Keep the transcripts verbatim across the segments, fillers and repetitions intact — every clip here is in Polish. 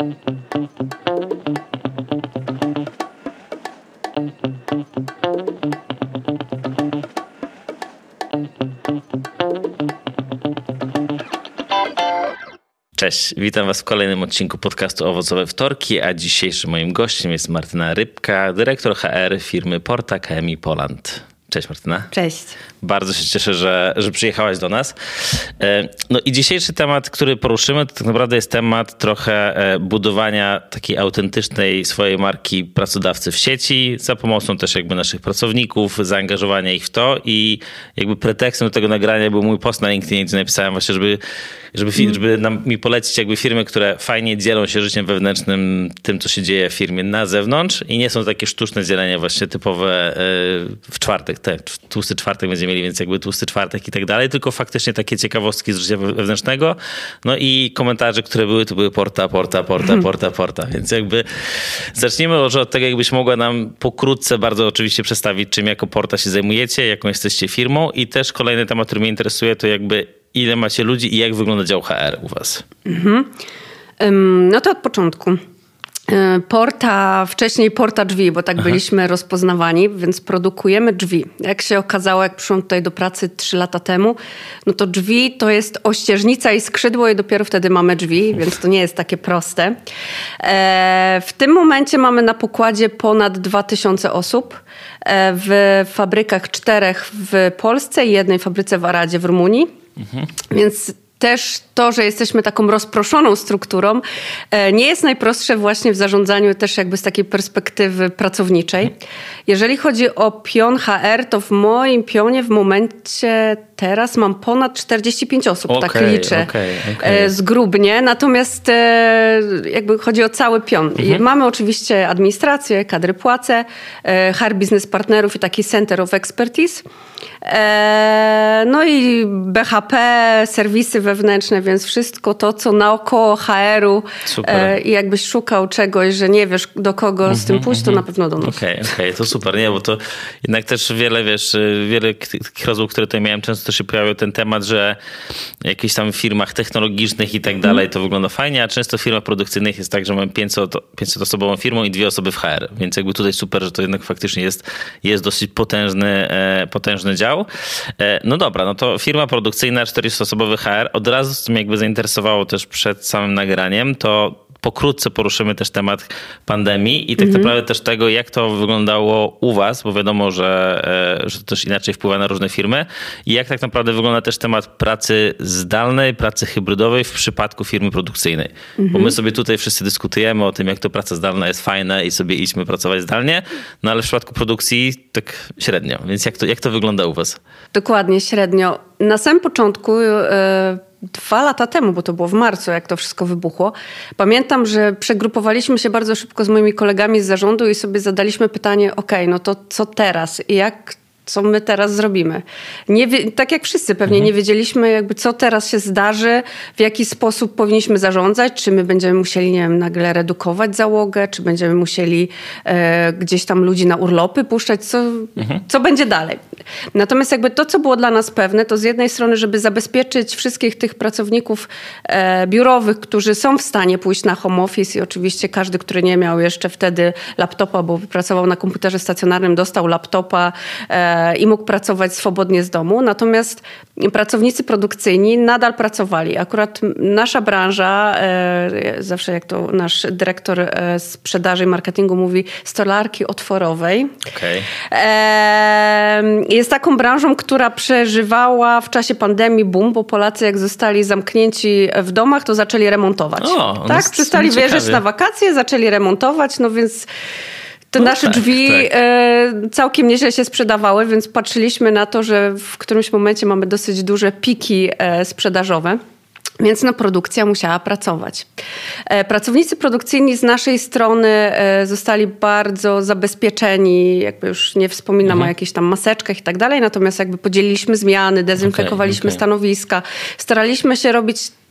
Cześć, witam Was w kolejnym odcinku podcastu Owocowe Wtorki, a dzisiejszym moim gościem jest Martyna Rybka, dyrektor H R firmy Porta K M I Poland. Cześć Martyna. Cześć. Bardzo się cieszę, że, że przyjechałaś do nas. No i dzisiejszy temat, który poruszymy, to tak naprawdę jest temat trochę budowania takiej autentycznej swojej marki pracodawcy w sieci, za pomocą też jakby naszych pracowników, zaangażowania ich w to i jakby pretekstem do tego nagrania był mój post na LinkedInie, gdzie napisałem właśnie, żeby, żeby, mm. żeby nam, mi polecić jakby firmy, które fajnie dzielą się życiem wewnętrznym, tym co się dzieje w firmie na zewnątrz i nie są takie sztuczne dzielenia właśnie typowe w czwartek, tak, tłusty czwartek będziemy mieli, więc jakby tłusty czwartek i tak dalej, tylko faktycznie takie ciekawostki z życia wewnętrznego. No i komentarze, które były, to były porta, porta, porta, porta, porta. Więc jakby zacznijmy może od tego, jakbyś mogła nam pokrótce bardzo oczywiście przedstawić, czym jako Porta się zajmujecie, jaką jesteście firmą i też kolejny temat, który mnie interesuje, to jakby ile macie ludzi i jak wygląda dział H R u was? Mhm. No to od początku. Porta, wcześniej Porta Drzwi, bo tak Aha. byliśmy rozpoznawani, więc produkujemy drzwi. Jak się okazało, jak przyszłam tutaj do pracy trzy lata temu, no to drzwi to jest ościeżnica i skrzydło i dopiero wtedy mamy drzwi, więc to nie jest takie proste. W tym momencie mamy na pokładzie ponad dwa tysiące osób w fabrykach czterech w Polsce i jednej fabryce w Aradzie w Rumunii, mhm. więc też to, że jesteśmy taką rozproszoną strukturą, nie jest najprostsze właśnie w zarządzaniu też jakby z takiej perspektywy pracowniczej. Jeżeli chodzi o pion H R, to w moim pionie w momencie teraz mam ponad czterdzieści pięć osób, okay, tak liczę, okay, okay. zgrubnie. Natomiast jakby chodzi o cały pion. Mhm. Mamy oczywiście administrację, kadry płace, H R Business Partnerów i taki Center of Expertise. No i B H P, serwisy wewnętrzne, więc wszystko to, co naokoło H R u. Super. I jakbyś szukał czegoś, że nie wiesz do kogo mm-hmm, z tym pójść, to mm-hmm. na pewno do nas. Okej, okay, okay, to super, nie, bo to jednak też wiele, wiesz, wiele takich rozmów, które tutaj miałem, często się pojawiał ten temat, że w jakichś tam firmach technologicznych i tak dalej to wygląda fajnie, a często w firmach produkcyjnych jest tak, że mamy pięćset osobową firmą i dwie osoby w H R, więc jakby tutaj super, że to jednak faktycznie jest, jest dosyć potężny, potężny dział. No dobra, no to firma produkcyjna, czterdziestoosobowy H R, od razu co mnie jakby zainteresowało też przed samym nagraniem, to pokrótce poruszymy też temat pandemii i tak mhm. naprawdę też tego, jak to wyglądało u was, bo wiadomo, że, że to też inaczej wpływa na różne firmy i jak tak naprawdę wygląda też temat pracy zdalnej, pracy hybrydowej w przypadku firmy produkcyjnej. Mhm. Bo my sobie tutaj wszyscy dyskutujemy o tym, jak to praca zdalna jest fajna i sobie idźmy pracować zdalnie, no ale w przypadku produkcji tak średnio. Więc jak to, jak to wygląda u was? Dokładnie, średnio. Na samym początku... Yy... Dwa lata temu, bo to było w marcu, jak to wszystko wybuchło. Pamiętam, że przegrupowaliśmy się bardzo szybko z moimi kolegami z zarządu i sobie zadaliśmy pytanie, okej, okay, no to co teraz? I jak, co my teraz zrobimy? Nie wie, tak jak wszyscy pewnie mhm. nie wiedzieliśmy, jakby co teraz się zdarzy, w jaki sposób powinniśmy zarządzać, czy my będziemy musieli, nie wiem, nagle redukować załogę, czy będziemy musieli e, gdzieś tam ludzi na urlopy puszczać, co, mhm. co będzie dalej. Natomiast jakby to, co było dla nas pewne, to z jednej strony, żeby zabezpieczyć wszystkich tych pracowników e, biurowych, którzy są w stanie pójść na home office i oczywiście każdy, który nie miał jeszcze wtedy laptopa, bo pracował na komputerze stacjonarnym, dostał laptopa e, i mógł pracować swobodnie z domu. Natomiast pracownicy produkcyjni nadal pracowali. Akurat nasza branża, e, zawsze jak to nasz dyrektor e, sprzedaży i marketingu mówi, stolarki otworowej. Okay. E, jest taką branżą, która przeżywała w czasie pandemii boom, bo Polacy jak zostali zamknięci w domach, to zaczęli remontować. O, tak? Przestali wyjeżdżać na wakacje, zaczęli remontować, no więc te no nasze tak, drzwi tak. całkiem nieźle się sprzedawały, więc patrzyliśmy na to, że w którymś momencie mamy dosyć duże piki sprzedażowe. Więc no, produkcja musiała pracować. Pracownicy produkcyjni z naszej strony zostali bardzo zabezpieczeni, jakby już nie wspominam mhm. o jakichś tam maseczkach i tak dalej, natomiast jakby podzieliliśmy zmiany, dezynfekowaliśmy okay, okay. stanowiska, staraliśmy się robić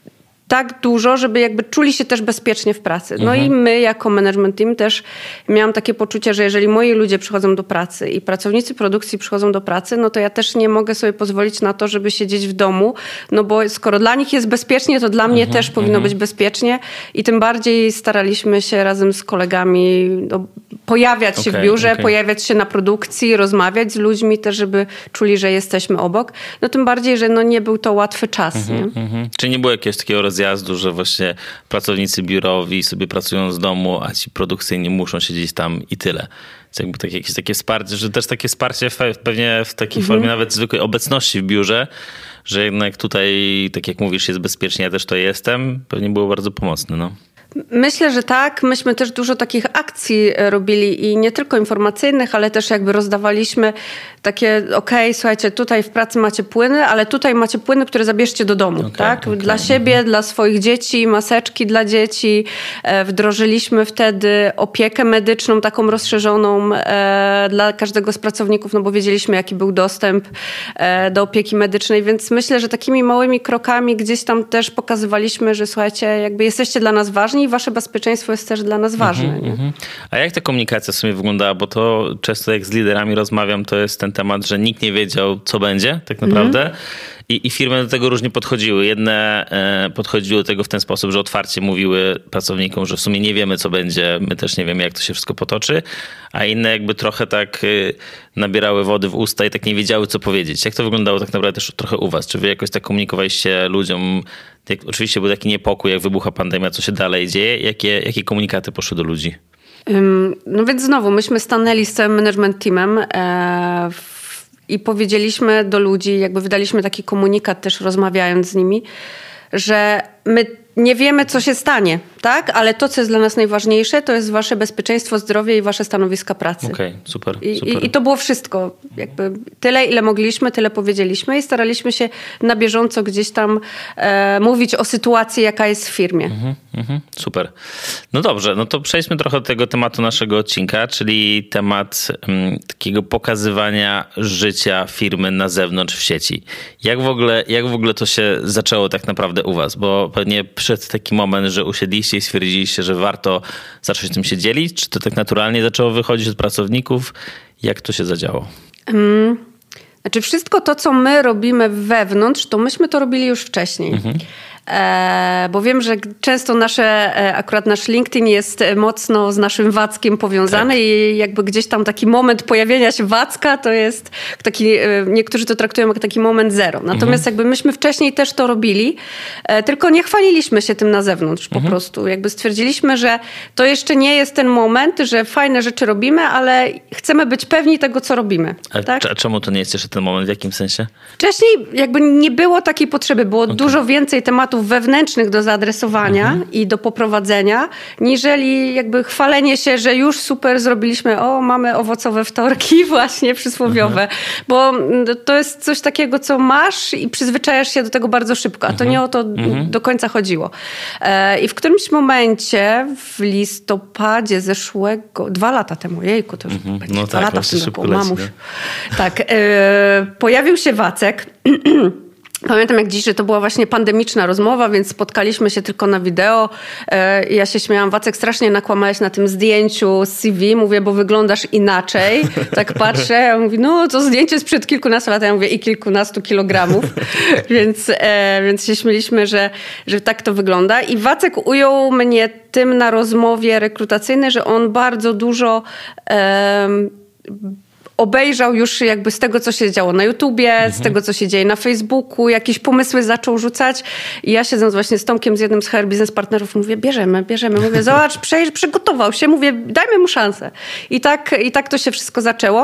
tak dużo, żeby jakby czuli się też bezpiecznie w pracy. No mhm. i my jako management team też miałam takie poczucie, że jeżeli moi ludzie przychodzą do pracy i pracownicy produkcji przychodzą do pracy, no to ja też nie mogę sobie pozwolić na to, żeby siedzieć w domu, no bo skoro dla nich jest bezpiecznie, to dla mnie mhm. też powinno mhm. być bezpiecznie i tym bardziej staraliśmy się razem z kolegami no, pojawiać okay, się w biurze, okay. pojawiać się na produkcji, rozmawiać z ludźmi też, żeby czuli, że jesteśmy obok. No tym bardziej, że no nie był to łatwy czas. Mhm, nie? Mhm. Czy nie było jakiegoś takiego rozjazdu, że właśnie pracownicy biurowi sobie pracują z domu, a ci produkcyjni muszą siedzieć tam i tyle? Czy jakby takie, jakieś takie wsparcie, że też takie wsparcie w, pewnie w takiej mhm. formie nawet zwykłej obecności w biurze, że jednak tutaj, tak jak mówisz, jest bezpiecznie, ja też to jestem, pewnie było bardzo pomocne, no. Myślę, że tak. Myśmy też dużo takich akcji robili i nie tylko informacyjnych, ale też jakby rozdawaliśmy takie, okej, okay, słuchajcie, tutaj w pracy macie płyny, ale tutaj macie płyny, które zabierzcie do domu, okay, tak? Okay. Dla siebie, mhm. dla swoich dzieci, maseczki dla dzieci. Wdrożyliśmy wtedy opiekę medyczną, taką rozszerzoną e, dla każdego z pracowników, no bo wiedzieliśmy, jaki był dostęp e, do opieki medycznej, więc myślę, że takimi małymi krokami gdzieś tam też pokazywaliśmy, że słuchajcie, jakby jesteście dla nas ważni i wasze bezpieczeństwo jest też dla nas ważne. Mhm, nie? Mhm. A jak ta komunikacja w sumie wyglądała? Bo to często jak z liderami rozmawiam, to jest ten temat, że nikt nie wiedział, co będzie tak naprawdę. Mhm. I, I firmy do tego różnie podchodziły. Jedne e, podchodziły do tego w ten sposób, że otwarcie mówiły pracownikom, że w sumie nie wiemy, co będzie, my też nie wiemy, jak to się wszystko potoczy, a inne jakby trochę tak y, nabierały wody w usta i tak nie wiedziały, co powiedzieć. Jak to wyglądało tak naprawdę też trochę u was? Czy wy jakoś tak komunikowaliście ludziom? Jak, oczywiście był taki niepokój, jak wybucha pandemia, co się dalej dzieje? Jakie, jakie komunikaty poszły do ludzi? Um, no więc znowu, myśmy stanęli z całym management teamem e, w i powiedzieliśmy do ludzi, jakby wydaliśmy taki komunikat też rozmawiając z nimi, że my nie wiemy, co się stanie, tak? Ale to, co jest dla nas najważniejsze, to jest wasze bezpieczeństwo, zdrowie i wasze stanowiska pracy. Okej, okay, super, I, super. I, I to było wszystko. Jakby tyle, ile mogliśmy, tyle powiedzieliśmy i staraliśmy się na bieżąco gdzieś tam e, mówić o sytuacji, jaka jest w firmie. Mhm, mhm, super. No dobrze, no to przejdźmy trochę do tego tematu naszego odcinka, czyli temat um, takiego pokazywania życia firmy na zewnątrz w sieci. Jak w ogóle, jak w ogóle to się zaczęło tak naprawdę u was? Bo pewnie przyszedł taki moment, że usiedliście i stwierdziliście, że warto zacząć tym się dzielić? Czy to tak naturalnie zaczęło wychodzić od pracowników? Jak to się zadziało? Um, znaczy wszystko to, co my robimy wewnątrz, to myśmy to robili już wcześniej. Mhm. E, bo wiem, że często nasze, akurat nasz LinkedIn jest mocno z naszym Wackiem powiązany tak. i jakby gdzieś tam taki moment pojawienia się Wacka to jest taki, niektórzy to traktują jak taki moment zero. Natomiast mhm. jakby myśmy wcześniej też to robili, e, tylko nie chwaliliśmy się tym na zewnątrz po mhm. prostu. Jakby stwierdziliśmy, że to jeszcze nie jest ten moment, że fajne rzeczy robimy, ale chcemy być pewni tego, co robimy. A tak? c- czemu to nie jest jeszcze ten moment? W jakim sensie? Wcześniej jakby nie było takiej potrzeby. Było okay. dużo więcej tematów wewnętrznych do zaadresowania mhm. i do poprowadzenia, niżeli jakby chwalenie się, że już super zrobiliśmy, o mamy owocowe wtorki właśnie przysłowiowe, mhm. bo to jest coś takiego, co masz i przyzwyczajasz się do tego bardzo szybko, a to mhm. nie o to mhm. do końca chodziło. E, I w którymś momencie w listopadzie zeszłego, dwa lata temu, jejku, to już mhm. będzie no dwa tak, lata w tym roku, mamuś. No. Tak, e, pojawił się Wacek. Pamiętam jak dziś, że to była właśnie pandemiczna rozmowa, więc spotkaliśmy się tylko na wideo. I ja się śmiałam, Wacek, strasznie nakłamałeś na tym zdjęciu z C V. Mówię, bo wyglądasz inaczej. Tak patrzę, ja mówię, no to zdjęcie sprzed kilkunastu lat. Ja mówię, i kilkunastu kilogramów. więc, e, więc się śmieliśmy, że, że tak to wygląda. I Wacek ujął mnie tym na rozmowie rekrutacyjnej, że on bardzo dużo... E, obejrzał już jakby z tego, co się działo na YouTubie, mhm. z tego, co się dzieje na Facebooku, jakieś pomysły zaczął rzucać. I ja siedząc właśnie z Tomkiem, z jednym z H R Business Partnerów, mówię, bierzemy, bierzemy. Mówię, zobacz, przejrz, przygotował się. Mówię, dajmy mu szansę. I tak, i tak to się wszystko zaczęło.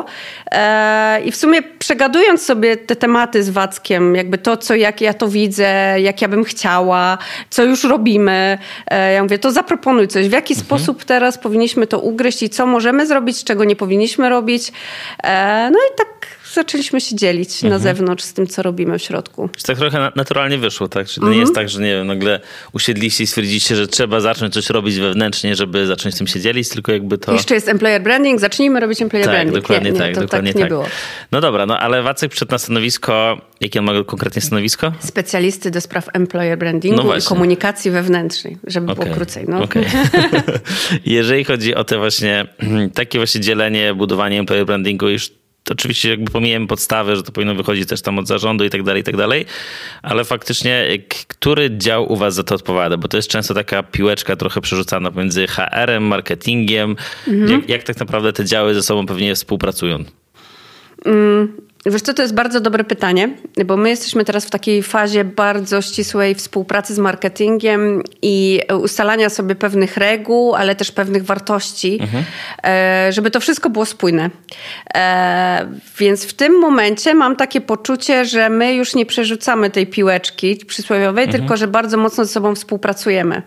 E, I w sumie przegadując sobie te tematy z Wackiem, jakby to, co, jak ja to widzę, jak ja bym chciała, co już robimy. E, ja mówię, to zaproponuj coś. W jaki mhm. sposób teraz powinniśmy to ugryźć i co możemy zrobić, czego nie powinniśmy robić. No i tak zaczęliśmy się dzielić mhm. na zewnątrz z tym, co robimy w środku. Czy tak trochę naturalnie wyszło, tak? Czyli to nie jest tak, że nie wiem, nagle usiedliście i stwierdziliście, że trzeba zacząć coś robić wewnętrznie, żeby zacząć tym się dzielić, tylko jakby to... Jeszcze jest employer branding, zacznijmy robić employer tak, branding. Dokładnie nie, tak, nie, to dokładnie tak nie tak. było. No dobra, no ale Wacek przyszedł na stanowisko, jakie on ma konkretnie stanowisko? Specjalisty do spraw employer brandingu no i komunikacji wewnętrznej, żeby okay. było krócej. No. Okay. Jeżeli chodzi o te właśnie, takie właśnie dzielenie, budowanie employer brandingu, już to oczywiście jakby pomijamy podstawę, że to powinno wychodzić też tam od zarządu i tak dalej, i tak dalej, ale faktycznie który dział u was za to odpowiada? Bo to jest często taka piłeczka trochę przerzucana pomiędzy H R-em, marketingiem. Mhm. Jak, jak tak naprawdę te działy ze sobą pewnie współpracują? Mm. Wiesz co, to jest bardzo dobre pytanie, bo my jesteśmy teraz w takiej fazie bardzo ścisłej współpracy z marketingiem i ustalania sobie pewnych reguł, ale też pewnych wartości, mhm. żeby to wszystko było spójne. Więc w tym momencie mam takie poczucie, że my już nie przerzucamy tej piłeczki przysłowiowej, mhm. tylko że bardzo mocno ze sobą współpracujemy.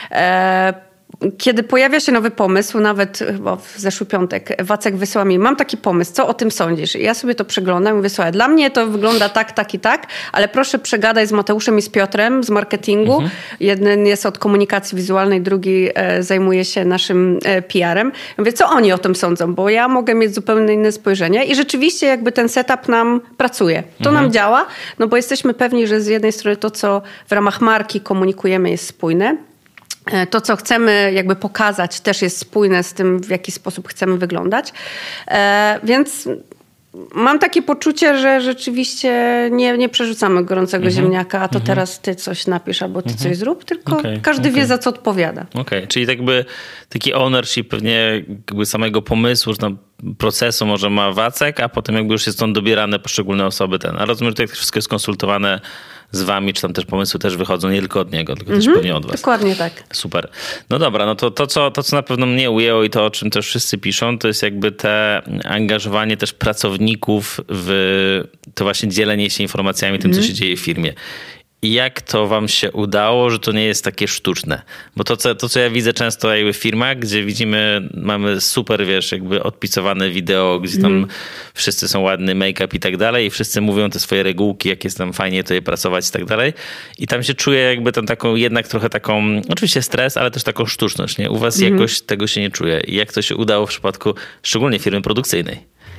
Kiedy pojawia się nowy pomysł, nawet chyba w zeszły piątek Wacek wysyła mi, mam taki pomysł, co o tym sądzisz? I ja sobie to przeglądam i wysyłam. Dla mnie to wygląda tak, tak i tak, ale proszę przegadaj z Mateuszem i z Piotrem z marketingu. Mhm. Jeden jest od komunikacji wizualnej, drugi e, zajmuje się naszym e, P R-em. Mówię, co oni o tym sądzą? Bo ja mogę mieć zupełnie inne spojrzenie i rzeczywiście jakby ten setup nam pracuje. To mhm. nam działa, no bo jesteśmy pewni, że z jednej strony to, co w ramach marki komunikujemy jest spójne. To, co chcemy jakby pokazać, też jest spójne z tym, w jaki sposób chcemy wyglądać. E, więc mam takie poczucie, że rzeczywiście nie, nie przerzucamy gorącego mhm. ziemniaka, a to mhm. teraz ty coś napisz albo ty mhm. coś zrób, tylko okay. każdy okay. wie, za co odpowiada. Okej, okay. Czyli jakby taki ownership pewnie jakby samego pomysłu, że tam procesu może ma Wacek, a potem jakby już jest on dobierane poszczególne osoby. Ten. A rozumiem, że to wszystko jest konsultowane z wami, czy tam też pomysły też wychodzą nie tylko od niego, tylko mm-hmm, też pewnie od was. Dokładnie tak. Super. No dobra, no to, to, co, to co na pewno mnie ujęło i to, o czym też wszyscy piszą, to jest jakby te angażowanie też pracowników w to właśnie dzielenie się informacjami, tym, mm-hmm. co się dzieje w firmie. I jak to wam się udało, że to nie jest takie sztuczne? Bo to, co, to, co ja widzę często jakby w firmach, gdzie widzimy, mamy super, wiesz, jakby odpisowane wideo, gdzie tam mm. wszyscy są ładny make-up i tak dalej i wszyscy mówią te swoje regułki, jak jest tam fajnie tutaj pracować i tak dalej. I tam się czuje jakby tam taką, jednak trochę taką, oczywiście stres, ale też taką sztuczność, nie? U was mm. jakoś tego się nie czuje. I jak to się udało w przypadku szczególnie firmy produkcyjnej?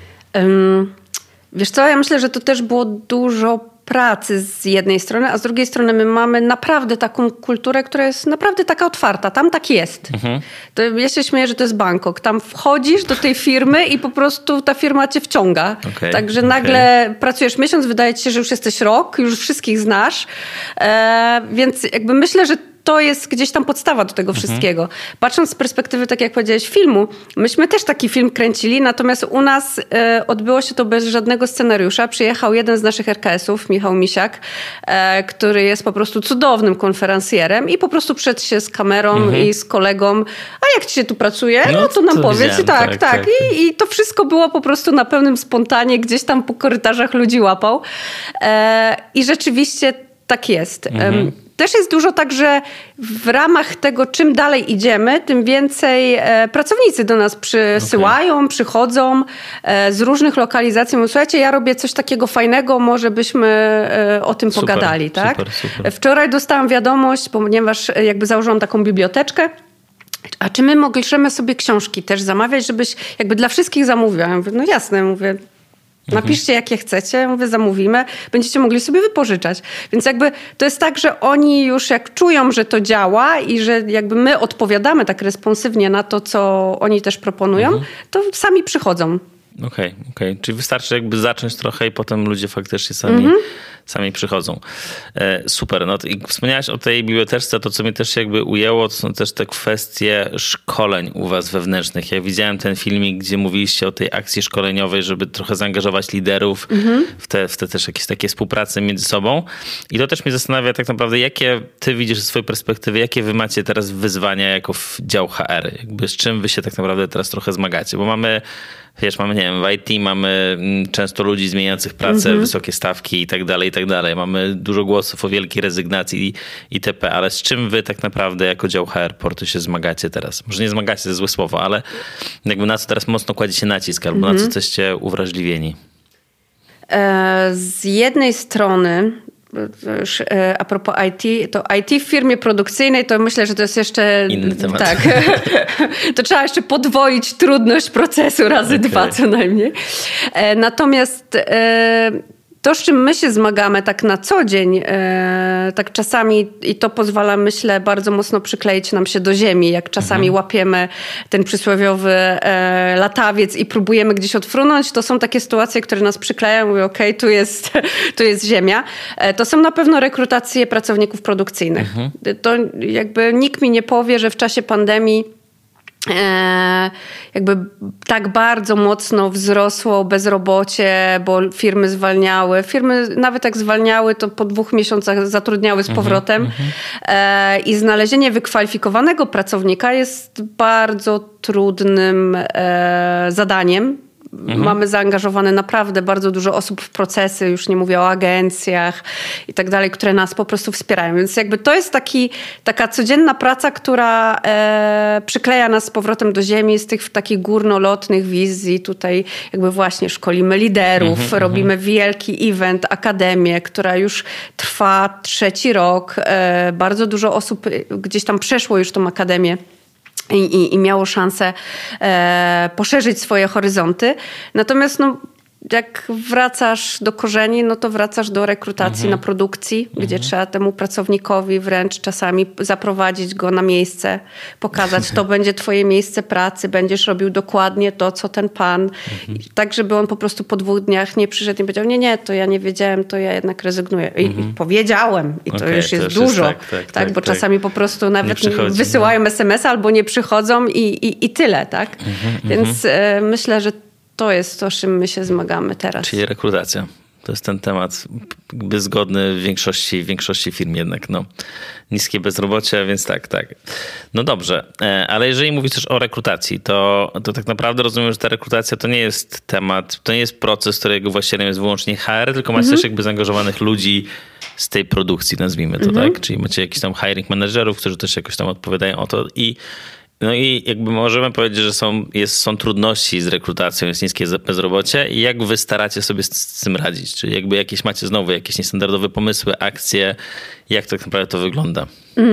Um, wiesz co, ja myślę, że to też było dużo pracy z jednej strony, a z drugiej strony my mamy naprawdę taką kulturę, która jest naprawdę taka otwarta. Tam tak jest. Mhm. To ja się śmieję, że to jest Bangkok. Tam wchodzisz do tej firmy i po prostu ta firma cię wciąga. Okay. Także okay. nagle pracujesz miesiąc, wydaje ci się, że już jesteś rok, już wszystkich znasz. E, więc jakby myślę, że to jest gdzieś tam podstawa do tego mhm. wszystkiego. Patrząc z perspektywy, tak jak powiedziałeś, filmu, myśmy też taki film kręcili, natomiast u nas e, odbyło się to bez żadnego scenariusza. Przyjechał jeden z naszych R K S-ów, Michał Misiak, e, który jest po prostu cudownym konferencjerem i po prostu przyszedł się z kamerą mhm. i z kolegą, a jak ci się tu pracuje? No, no to nam to powiedz. I tak, tak. tak. tak. I, I to wszystko było po prostu na pełnym spontanie, gdzieś tam po korytarzach ludzi łapał. E, I rzeczywiście tak jest. Mhm. Też jest dużo tak, że w ramach tego, czym dalej idziemy, tym więcej e, pracownicy do nas przysyłają, okay. przychodzą e, z różnych lokalizacji. Mówią, słuchajcie, ja robię coś takiego fajnego, może byśmy e, o tym super, pogadali. Tak? Super, super. Wczoraj dostałam wiadomość, ponieważ jakby założyłam taką biblioteczkę. A czy my mogliśmy sobie książki też zamawiać, żebyś jakby dla wszystkich zamówiła? Ja mówię, no jasne, mówię. Napiszcie, jakie chcecie, mówię, zamówimy, będziecie mogli sobie wypożyczać. Więc jakby to jest tak, że oni już jak czują, że to działa i że jakby my odpowiadamy tak responsywnie na to, co oni też proponują, mhm. to sami przychodzą. Okej, okay, okej. Okay. Czyli wystarczy jakby zacząć trochę i potem ludzie faktycznie sami, mm-hmm. sami przychodzą. E, super. No i wspomniałaś o tej biblioteczce, to co mnie też jakby ujęło, to są też te kwestie szkoleń u was wewnętrznych. Ja widziałem ten filmik, gdzie mówiliście o tej akcji szkoleniowej, żeby trochę zaangażować liderów mm-hmm. w, te, w te też jakieś takie współprace między sobą. I to też mnie zastanawia tak naprawdę, jakie ty widzisz ze swojej perspektywy, jakie wy macie teraz wyzwania jako dział H R? Jakby z czym wy się tak naprawdę teraz trochę zmagacie? Bo mamy Wiesz, mamy, nie wiem, w I T mamy często ludzi zmieniających pracę, mm-hmm. wysokie stawki i tak dalej, i tak dalej. Mamy dużo głosów o wielkiej rezygnacji itp. Ale z czym wy tak naprawdę jako dział H R Portu się zmagacie teraz? Może nie zmagacie, to jest złe słowo, ale jakby na co teraz mocno kładziecie nacisk albo mm-hmm. na co jesteście uwrażliwieni? z jednej strony, już a propos I T, to I T w firmie produkcyjnej to myślę, że to jest jeszcze... Inny temat. Tak. To trzeba jeszcze podwoić trudność procesu razy okay. dwa co najmniej. Natomiast to, z czym my się zmagamy tak na co dzień, tak czasami, i to pozwala, myślę, bardzo mocno przykleić nam się do ziemi, jak czasami mhm. łapiemy ten przysłowiowy latawiec i próbujemy gdzieś odfrunąć, to są takie sytuacje, które nas przyklejają, mówią, okej, okay, tu jest, tu jest ziemia. To są na pewno rekrutacje pracowników produkcyjnych. Mhm. To jakby nikt mi nie powie, że w czasie pandemii E, jakby tak bardzo mocno wzrosło bezrobocie, bo firmy zwalniały. Firmy nawet jak zwalniały, to po dwóch miesiącach zatrudniały z powrotem. Mm-hmm. e, I znalezienie wykwalifikowanego pracownika jest bardzo trudnym e, zadaniem. Mhm. Mamy zaangażowane naprawdę bardzo dużo osób w procesy, już nie mówię o agencjach i tak dalej, które nas po prostu wspierają. Więc jakby to jest taki, taka codzienna praca, która e, przykleja nas z powrotem do ziemi z tych takich górnolotnych wizji. Tutaj jakby właśnie szkolimy liderów, mhm, robimy wielki event, akademię, która już trwa trzeci rok. E, bardzo dużo osób gdzieś tam przeszło już tą akademię. I, i, i miało szansę e, poszerzyć swoje horyzonty. Natomiast no, jak wracasz do korzeni, no to wracasz do rekrutacji mhm. na produkcji, mhm. gdzie trzeba temu pracownikowi wręcz czasami zaprowadzić go na miejsce, pokazać, to będzie twoje miejsce pracy, będziesz robił dokładnie to, co ten pan. Mhm. Tak, żeby on po prostu po dwóch dniach nie przyszedł i powiedział, nie, nie, to ja nie wiedziałem, to ja jednak rezygnuję. I, mhm. i powiedziałem. I to okay, już jest to już dużo. Jest tak, tak, tak, bo tak, czasami po prostu nawet wysyłają no. es em es a albo nie przychodzą i, i, i tyle, tak? Mhm, Więc e, myślę, że to jest to, z czym my się zmagamy teraz. Czyli rekrutacja. To jest ten temat jakby zgodny w większości, w większości firm jednak. No. Niskie bezrobocie, więc tak, tak. No dobrze, ale jeżeli mówisz też o rekrutacji, to, to tak naprawdę rozumiem, że ta rekrutacja to nie jest temat, to nie jest proces, którego właścicielem jest wyłącznie H R, tylko masz mhm. też jakby zaangażowanych ludzi z tej produkcji, nazwijmy to, mhm. tak? Czyli macie jakichś tam hiring managerów, którzy też jakoś tam odpowiadają o to i no i jakby możemy powiedzieć, że są, jest, są trudności z rekrutacją, jest niskie bezrobocie i jak wy staracie sobie z, z tym radzić? Czy jakby jakieś macie znowu jakieś niestandardowe pomysły, akcje? Jak tak naprawdę to wygląda?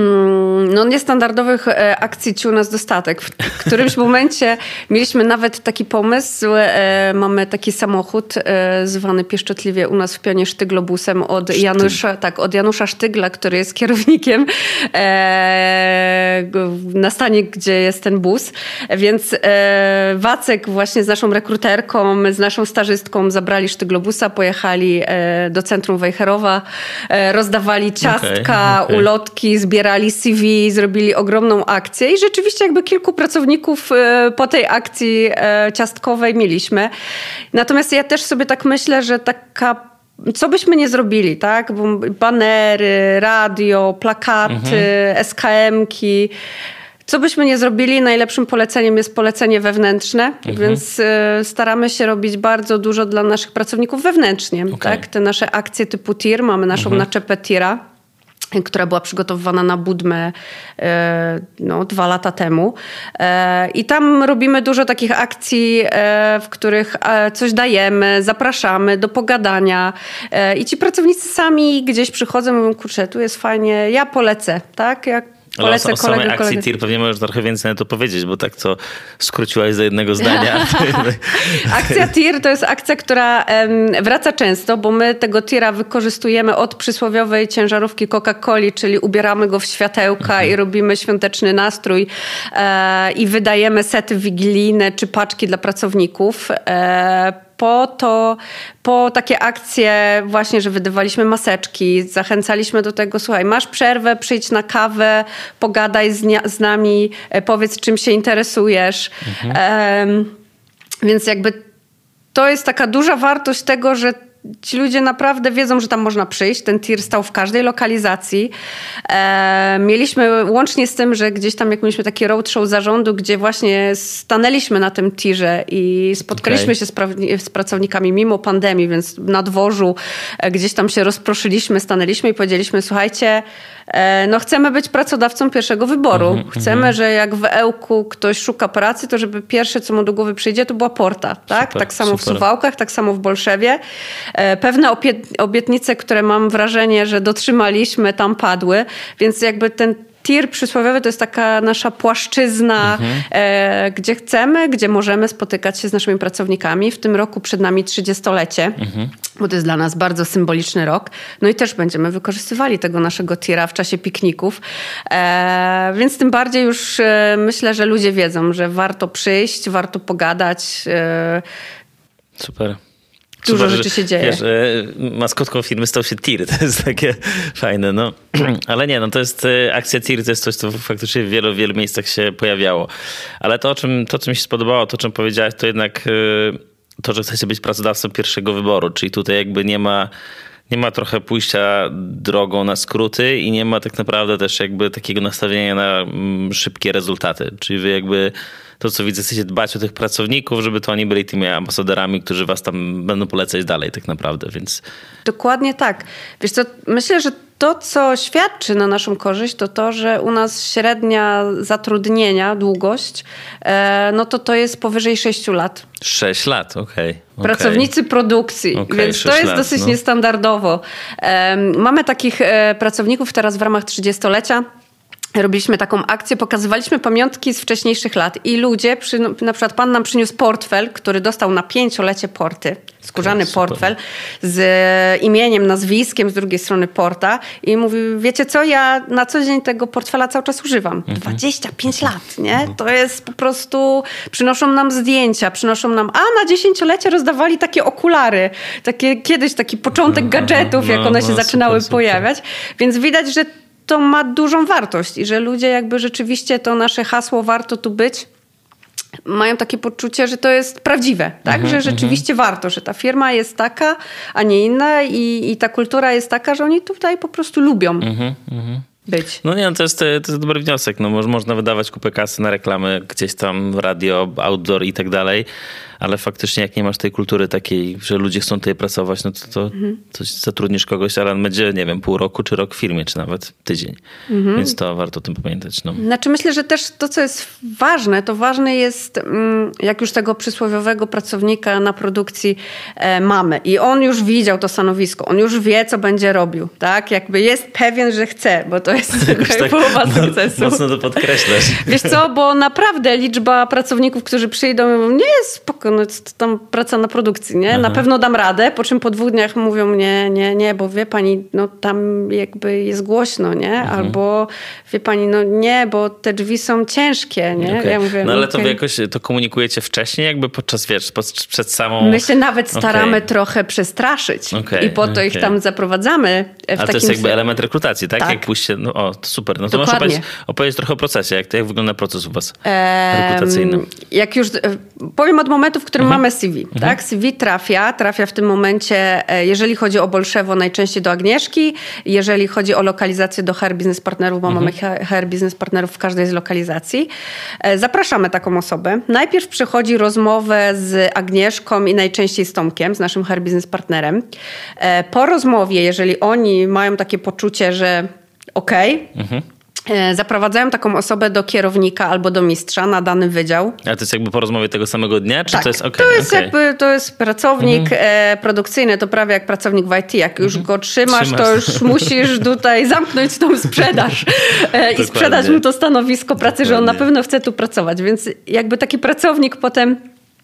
No niestandardowych akcji ci u nas dostatek. W którymś momencie mieliśmy nawet taki pomysł. Mamy taki samochód zwany pieszczotliwie u nas w Pionie Sztyglobusem od Sztyg. Janusza, tak, od Janusza Sztygla, który jest kierownikiem na stanie, gdzie jest ten bus. Więc Wacek właśnie z naszą rekruterką, z naszą stażystką zabrali Sztyglobusa, pojechali do centrum Wejherowa, rozdawali ciastka, okay, okay. ulotki, zbierali C V, zrobili ogromną akcję i rzeczywiście jakby kilku pracowników po tej akcji ciastkowej mieliśmy. Natomiast ja też sobie tak myślę, że taka, co byśmy nie zrobili, tak? Banery, radio, plakaty, mhm. es ka emki. Co byśmy nie zrobili, najlepszym poleceniem jest polecenie wewnętrzne, mhm. więc y, staramy się robić bardzo dużo dla naszych pracowników wewnętrznie. Okay. Tak? Te nasze akcje typu tir, mamy naszą mhm. naczepę tira, która była przygotowywana na Budmę no, dwa lata temu. I tam robimy dużo takich akcji, w których coś dajemy, zapraszamy do pogadania. I ci pracownicy sami gdzieś przychodzą i mówią, kurczę, tu jest fajnie, ja polecę, tak? Jak Ale o, o samej akcji tir pewnie możesz trochę więcej na to powiedzieć, bo tak to skróciłaś do jednego zdania. Akcja tir to jest akcja, która wraca często, bo my tego tira wykorzystujemy od przysłowiowej ciężarówki Coca-Coli, czyli ubieramy go w światełka mhm. i robimy świąteczny nastrój e, i wydajemy sety wigilijne czy paczki dla pracowników. E, Po to, po takie akcje właśnie, że wydawaliśmy maseczki, zachęcaliśmy do tego, słuchaj, masz przerwę, przyjdź na kawę, pogadaj z, z nami, powiedz, czym się interesujesz. Mhm. Um, więc jakby to jest taka duża wartość tego, że ci ludzie naprawdę wiedzą, że tam można przyjść. Ten tir stał w każdej lokalizacji. E, mieliśmy, łącznie z tym, że gdzieś tam jak mieliśmy taki roadshow zarządu, gdzie właśnie stanęliśmy na tym tirze i spotkaliśmy okay. się z, pra- z pracownikami mimo pandemii, więc na dworzu e, gdzieś tam się rozproszyliśmy, stanęliśmy i powiedzieliśmy, słuchajcie, e, no chcemy być pracodawcą pierwszego wyboru. Mm-hmm, chcemy, mm-hmm. że jak w Ełku ktoś szuka pracy, to żeby pierwsze, co mu do głowy przyjdzie, to była Porta. Tak, super, tak samo super. W Suwałkach, tak samo w Bolszewie. Pewne obietnice, które mam wrażenie, że dotrzymaliśmy, tam padły, więc jakby ten tir przysłowiowy to jest taka nasza płaszczyzna, mhm. e, gdzie chcemy, gdzie możemy spotykać się z naszymi pracownikami. W tym roku przed nami trzydziestolecie, mhm. bo to jest dla nas bardzo symboliczny rok. No i też będziemy wykorzystywali tego naszego tira w czasie pikników. E, więc tym bardziej już e, myślę, że ludzie wiedzą, że warto przyjść, warto pogadać. E, Super. Dużo Super, rzeczy że, się dzieje. Wiesz, maskotką firmy stał się tir. To jest takie fajne. No. Ale nie, no to jest akcja tir, to jest coś, co faktycznie w wielu, wielu miejscach się pojawiało. Ale to, o czym, to, co mi się spodobało, to, o czym powiedziałeś, to jednak to, że chcecie być pracodawcą pierwszego wyboru. Czyli tutaj jakby nie ma, nie ma trochę pójścia drogą na skróty i nie ma tak naprawdę też jakby takiego nastawienia na szybkie rezultaty. Czyli wy jakby to, co widzę, chcecie dbać o tych pracowników, żeby to oni byli tymi ambasadorami, którzy was tam będą polecać dalej tak naprawdę, więc... Dokładnie tak. Wiesz co, myślę, że to, co świadczy na naszą korzyść, to to, że u nas średnia zatrudnienia, długość, no to to jest powyżej sześciu lat. Sześć lat, okej. Okay, okay. Pracownicy produkcji, okay, więc to jest lat, dosyć no. niestandardowo. Mamy takich pracowników teraz w ramach trzydziestolecia. Robiliśmy taką akcję, pokazywaliśmy pamiątki z wcześniejszych lat i ludzie, przy, na przykład pan nam przyniósł portfel, który dostał na pięciolecie Porty, skórzany okay, portfel z imieniem, nazwiskiem z drugiej strony Porta i mówi, wiecie co, ja na co dzień tego portfela cały czas używam. Mhm. dwadzieścia pięć lat, nie? Mhm. To jest po prostu, przynoszą nam zdjęcia, przynoszą nam, a na dziesięciolecie rozdawali takie okulary, takie kiedyś taki początek gadżetów, no, jak one no, się no, zaczynały super, pojawiać, super. Więc widać, że to ma dużą wartość i że ludzie jakby rzeczywiście to nasze hasło warto tu być, mają takie poczucie, że to jest prawdziwe, tak? Mm-hmm, że rzeczywiście mm-hmm. warto, że ta firma jest taka, a nie inna i, i ta kultura jest taka, że oni tutaj po prostu lubią mm-hmm, mm-hmm. być. No nie, no to jest, to jest dobry wniosek. No, można wydawać kupę kasy na reklamy gdzieś tam, radio, outdoor i tak dalej, ale faktycznie jak nie masz tej kultury takiej, że ludzie chcą tutaj pracować, no to, to, mhm. to zatrudnisz kogoś, ale będzie, nie wiem, pół roku, czy rok w firmie, czy nawet tydzień. Mhm. Więc to warto o tym pamiętać. No. Znaczy myślę, że też to, co jest ważne, to ważne jest, jak już tego przysłowiowego pracownika na produkcji e, mamy i on już widział to stanowisko, on już wie, co będzie robił, tak? Jakby jest pewien, że chce, bo to jest tak połowa sukcesu. Mocno to podkreślasz. Wiesz co, bo naprawdę liczba pracowników, którzy przyjdą, mówią, nie jest spoko, no, tam praca na produkcji, nie? Na pewno dam radę, po czym po dwóch dniach mówią, nie, nie, nie, bo wie pani, no tam jakby jest głośno, nie? Mhm. Albo wie pani, no nie, bo te drzwi są ciężkie, nie? Okay. Ja mówię, no ale okay. to wy jakoś to komunikujecie wcześniej, jakby podczas, wiesz, przed samą... My się nawet staramy okay. trochę przestraszyć okay. i po to okay. ich tam zaprowadzamy w Ale takim... to jest jakby se... element rekrutacji, tak? tak. Jak pójście, no o, to super. No to możesz opowiedzieć, opowiedzieć trochę o procesie, jak, to, jak wygląda proces u was eee, rekrutacyjny. Jak już, powiem od momentu, w którym mhm. mamy C V, mhm. tak? C V trafia, trafia w tym momencie, jeżeli chodzi o Bolszewo, najczęściej do Agnieszki, jeżeli chodzi o lokalizację do H R Business Partnerów, bo mhm. mamy H R Business Partnerów w każdej z lokalizacji. Zapraszamy taką osobę. Najpierw przychodzi rozmowę z Agnieszką i najczęściej z Tomkiem, z naszym H R Business Partnerem. Po rozmowie, jeżeli oni mają takie poczucie, że okej, okay, mhm. zaprowadzają taką osobę do kierownika albo do mistrza na dany wydział. A to jest jakby po rozmowie tego samego dnia? Czy tak, to jest okay, to jest okay. jakby, to jest pracownik mhm. e, produkcyjny, to prawie jak pracownik w I T. Jak już mhm. go trzymasz, trzymasz, to już musisz tutaj zamknąć tą sprzedaż e, i sprzedać mu to stanowisko pracy, Dokładnie. Że on na pewno chce tu pracować. Więc jakby taki pracownik potem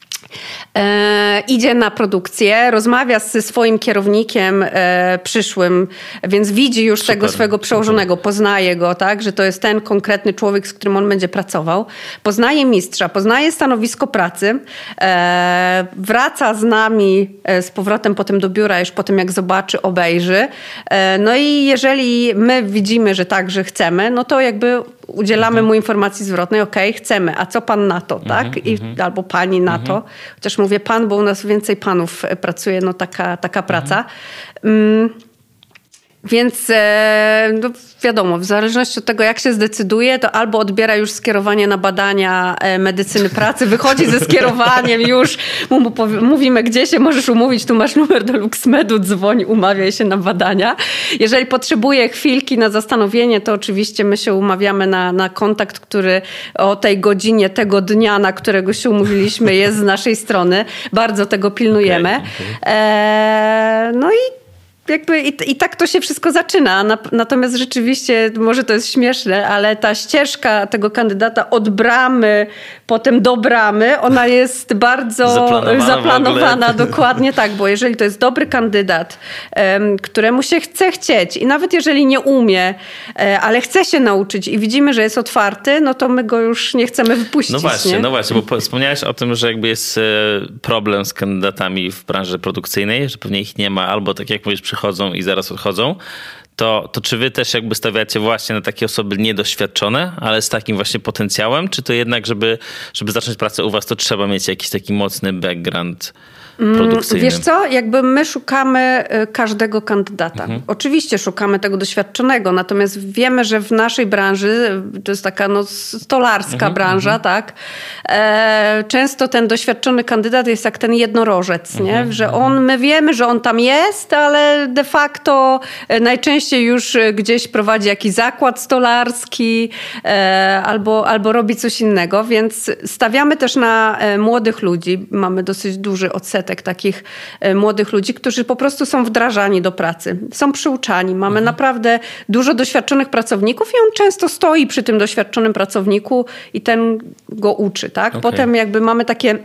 E, idzie na produkcję, rozmawia ze swoim kierownikiem e, przyszłym, więc widzi już super, tego swojego przełożonego, super. Poznaje go, tak, że to jest ten konkretny człowiek, z którym on będzie pracował. Poznaje mistrza, poznaje stanowisko pracy, e, wraca z nami e, z powrotem potem do biura, już po tym jak zobaczy, obejrzy. E, no i jeżeli my widzimy, że tak, że chcemy, no to jakby udzielamy mhm. mu informacji zwrotnej, okej, okay, chcemy, a co pan na to, tak? Mhm, I, mhm. albo pani na mhm. to. Chociaż mówię pan, bo u nas więcej panów pracuje, no taka, taka praca. Mm. Więc e, no wiadomo, w zależności od tego, jak się zdecyduje, to albo odbiera już skierowanie na badania e, medycyny pracy, wychodzi ze skierowaniem już, mu, mu powie, mówimy, gdzie się możesz umówić, tu masz numer do LuxMedu, dzwoń, umawiaj się na badania. Jeżeli potrzebuje chwilki na zastanowienie, to oczywiście my się umawiamy na, na kontakt, który o tej godzinie, tego dnia, na którego się umówiliśmy, jest z naszej strony. Bardzo tego pilnujemy. Okay, okay. E, no i Jakby i, I tak to się wszystko zaczyna. Natomiast rzeczywiście, może to jest śmieszne, ale ta ścieżka tego kandydata od bramy, potem do bramy, ona jest bardzo zaplanowana, zaplanowana dokładnie tak, bo jeżeli to jest dobry kandydat, um, któremu się chce chcieć i nawet jeżeli nie umie, ale chce się nauczyć i widzimy, że jest otwarty, no to my go już nie chcemy wypuścić. No właśnie, nie? no właśnie, bo wspomniałeś o tym, że jakby jest problem z kandydatami w branży produkcyjnej, że pewnie ich nie ma, albo tak jak mówisz, przychodzą i zaraz odchodzą, to, to czy wy też jakby stawiacie właśnie na takie osoby niedoświadczone, ale z takim właśnie potencjałem, czy to jednak, żeby, żeby zacząć pracę u was, to trzeba mieć jakiś taki mocny background produkcyjny? Wiesz co, jakby my szukamy każdego kandydata. Mhm. Oczywiście szukamy tego doświadczonego, natomiast wiemy, że w naszej branży, to jest taka no, stolarska mhm, branża, mhm. tak, e, często ten doświadczony kandydat jest jak ten jednorożec, mhm, nie? Że on, my wiemy, że on tam jest, ale de facto najczęściej już gdzieś prowadzi jakiś zakład stolarski e, albo, albo robi coś innego, więc stawiamy też na e, młodych ludzi. Mamy dosyć duży odsetek takich młodych ludzi, którzy po prostu są wdrażani do pracy. Są przyuczani. Mamy mhm. naprawdę dużo doświadczonych pracowników i on często stoi przy tym doświadczonym pracowniku i ten go uczy. Tak? Okay. Potem jakby mamy takie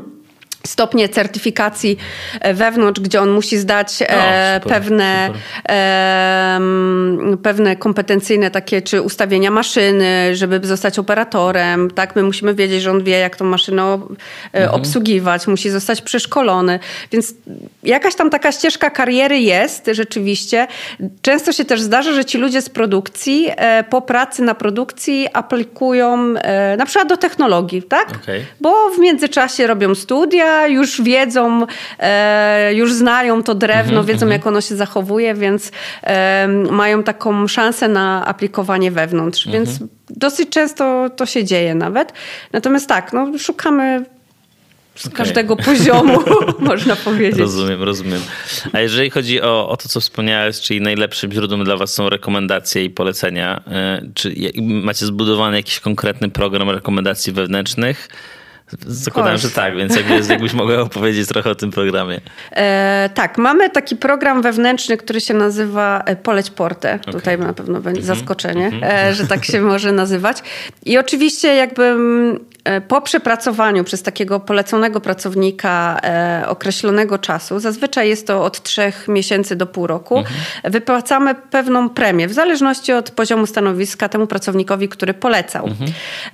stopnie certyfikacji wewnątrz, gdzie on musi zdać no, super, pewne, super. E, pewne kompetencyjne takie, czy ustawienia maszyny, żeby zostać operatorem. Tak, my musimy wiedzieć, że on wie, jak tą maszynę mhm. obsługiwać, musi zostać przeszkolony. Więc jakaś tam taka ścieżka kariery jest rzeczywiście. Często się też zdarza, że ci ludzie z produkcji e, po pracy na produkcji aplikują e, na przykład do technologii, tak? Okay. Bo w międzyczasie robią studia, już wiedzą, e, już znają to drewno, mm-hmm, wiedzą mm-hmm. jak ono się zachowuje, więc e, mają taką szansę na aplikowanie wewnątrz. Mm-hmm. Więc dosyć często to się dzieje nawet. Natomiast tak, no, szukamy z okay. każdego poziomu, można powiedzieć. Rozumiem, rozumiem. A jeżeli chodzi o, o to, co wspomniałeś, czyli najlepszym źródłem dla was są rekomendacje i polecenia, czy macie zbudowany jakiś konkretny program rekomendacji wewnętrznych? Zakładam, że tak, więc jakby, jakbyś mogła opowiedzieć trochę o tym programie. E, tak, mamy taki program wewnętrzny, który się nazywa Poleć Portę. Okay. Tutaj na pewno będzie mm-hmm. zaskoczenie, mm-hmm. e, że tak się może nazywać. I oczywiście jakby po przepracowaniu przez takiego poleconego pracownika e, określonego czasu, zazwyczaj jest to od trzech miesięcy do pół roku, mm-hmm. wypłacamy pewną premię w zależności od poziomu stanowiska temu pracownikowi, który polecał. Mm-hmm.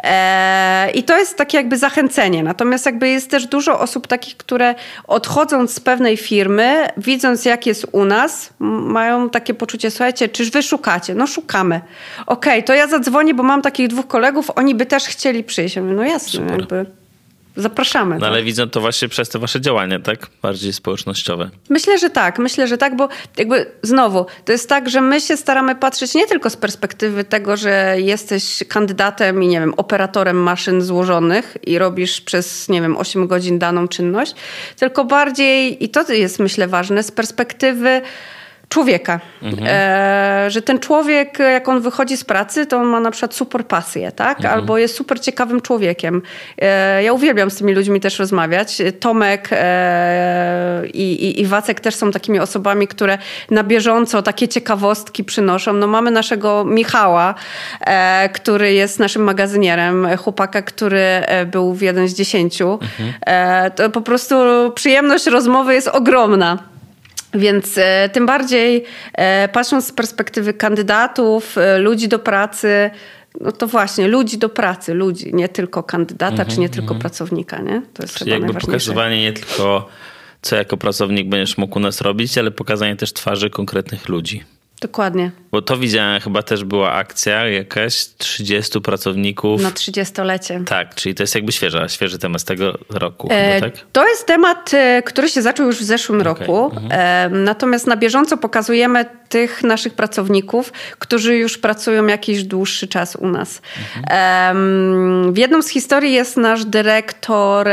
E, I to jest takie jakby zachęcenie. Natomiast jakby jest też dużo osób takich, które odchodząc z pewnej firmy, widząc jak jest u nas, mają takie poczucie, słuchajcie, czyż wy szukacie? No szukamy. Okej, okay, to ja zadzwonię, bo mam takich dwóch kolegów, oni by też chcieli przyjść. Ja mówię, no jasne, super. Jakby zapraszamy. No ale tak. Widzą to właśnie przez te wasze działania, tak? Bardziej społecznościowe. Myślę, że tak. Myślę, że tak, bo jakby znowu, to jest tak, że my się staramy patrzeć nie tylko z perspektywy tego, że jesteś kandydatem i nie wiem, operatorem maszyn złożonych i robisz przez, nie wiem, osiem godzin daną czynność, tylko bardziej, i to jest myślę ważne, z perspektywy człowieka. Mhm. E, że ten człowiek, jak on wychodzi z pracy, to on ma na przykład super pasję, tak? Mhm. Albo jest super ciekawym człowiekiem. E, ja uwielbiam z tymi ludźmi też rozmawiać. Tomek e, i, i Wacek też są takimi osobami, które na bieżąco takie ciekawostki przynoszą. No mamy naszego Michała, e, który jest naszym magazynierem, chłopaka, który był w jeden z dziesięciu. Mhm. E, to po prostu przyjemność rozmowy jest ogromna. Więc e, tym bardziej e, patrząc z perspektywy kandydatów, e, ludzi do pracy, no to właśnie ludzi do pracy, ludzi, nie tylko kandydata, mm-hmm, czy nie tylko mm-hmm. pracownika, nie? To jest Czyli jakby pokazywanie nie tylko co jako pracownik będziesz mógł u nas robić, ale pokazanie też twarzy konkretnych ludzi. Dokładnie. Bo to widziałem, chyba też była akcja jakaś trzydziestu pracowników. Na trzydziestolecie. Tak, czyli to jest jakby świeża, świeży temat z tego roku. E, chyba, tak? To jest temat, który się zaczął już w zeszłym okay. roku. Mhm. E, natomiast na bieżąco pokazujemy tych naszych pracowników, którzy już pracują jakiś dłuższy czas u nas. Mhm. W jedną z historii jest nasz dyrektor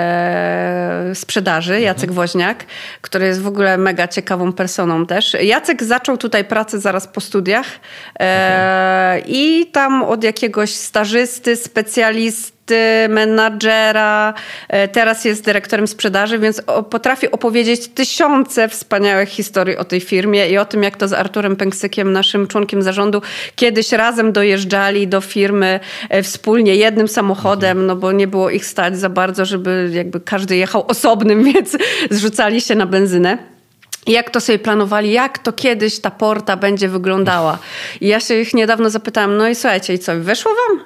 e, sprzedaży, Jacek mhm. Woźniak, który jest w ogóle mega ciekawą personą też. Jacek zaczął tutaj pracę zaraz po studiach e, okay. i tam od jakiegoś stażysty, specjalisty, menadżera, teraz jest dyrektorem sprzedaży, więc potrafi opowiedzieć tysiące wspaniałych historii o tej firmie i o tym, jak to z Arturem Pęksykiem, naszym członkiem zarządu, kiedyś razem dojeżdżali do firmy wspólnie jednym samochodem, no bo nie było ich stać za bardzo, żeby jakby każdy jechał osobnym, więc zrzucali się na benzynę. Jak to sobie planowali, jak to kiedyś ta porta będzie wyglądała. I ja się ich niedawno zapytałam, no i słuchajcie, i co, wyszło wam?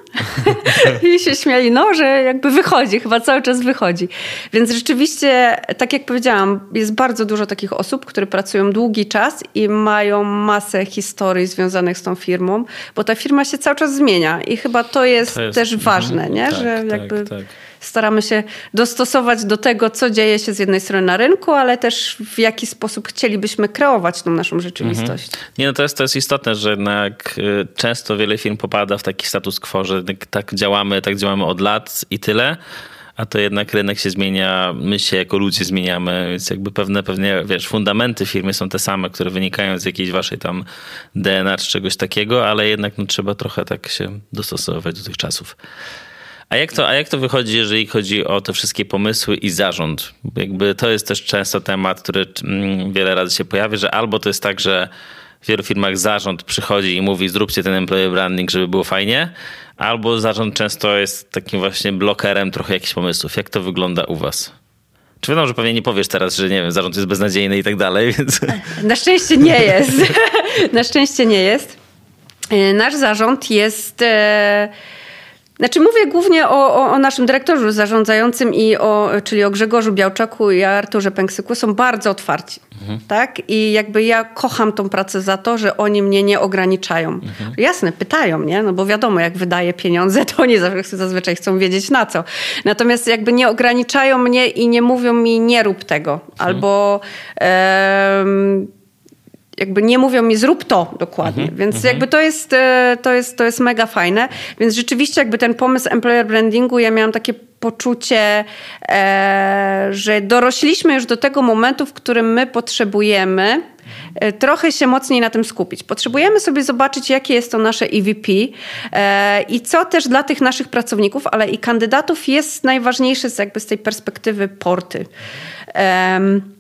I się śmiali, no, że jakby wychodzi, chyba cały czas wychodzi. Więc rzeczywiście, tak jak powiedziałam, jest bardzo dużo takich osób, które pracują długi czas i mają masę historii związanych z tą firmą, bo ta firma się cały czas zmienia i chyba to jest, to jest też ważne, nie? Tak, że jakby... Tak, tak. Staramy się dostosować do tego, co dzieje się z jednej strony na rynku, ale też w jaki sposób chcielibyśmy kreować tą naszą rzeczywistość. Mhm. Nie, no to jest, to jest istotne, że jednak często wiele firm popada w taki status quo, że tak działamy, tak działamy od lat i tyle, a to jednak rynek się zmienia, my się jako ludzie zmieniamy, więc jakby pewne, pewnie, wiesz, fundamenty firmy są te same, które wynikają z jakiejś waszej tam D N A czy czegoś takiego, ale jednak no, trzeba trochę tak się dostosować do tych czasów. A jak, to, a jak to wychodzi, jeżeli chodzi o te wszystkie pomysły i zarząd? Jakby to jest też często temat, który wiele razy się pojawia, że albo to jest tak, że w wielu firmach zarząd przychodzi i mówi zróbcie ten employer branding, żeby było fajnie, albo zarząd często jest takim właśnie blokerem trochę jakichś pomysłów. Jak to wygląda u was? Czy wiadomo, że pewnie nie powiesz teraz, że nie wiem, zarząd jest beznadziejny i tak dalej, więc... Na szczęście nie jest. Na szczęście nie jest. Nasz zarząd jest... E... Znaczy mówię głównie o, o, o naszym dyrektorze zarządzającym, i o, czyli o Grzegorzu Białczaku i Arturze Pęksyku. Są bardzo otwarci. Mhm. Tak? I jakby ja kocham tą pracę za to, że oni mnie nie ograniczają. Mhm. Jasne, pytają, nie? No bo wiadomo, jak wydaję pieniądze, to oni zazwyczaj chcą wiedzieć na co. Natomiast jakby nie ograniczają mnie i nie mówią mi nie rób tego. Mhm. Albo... Em, jakby nie mówią mi zrób to dokładnie, mm-hmm, więc mm-hmm. jakby to jest, to, jest, to jest mega fajne. Więc rzeczywiście jakby ten pomysł employer brandingu, ja miałam takie poczucie, e, że dorośliśmy już do tego momentu, w którym my potrzebujemy e, trochę się mocniej na tym skupić. Potrzebujemy sobie zobaczyć, jakie jest to nasze E V P e, i co też dla tych naszych pracowników, ale i kandydatów jest najważniejsze z, jakby z tej perspektywy porty. E,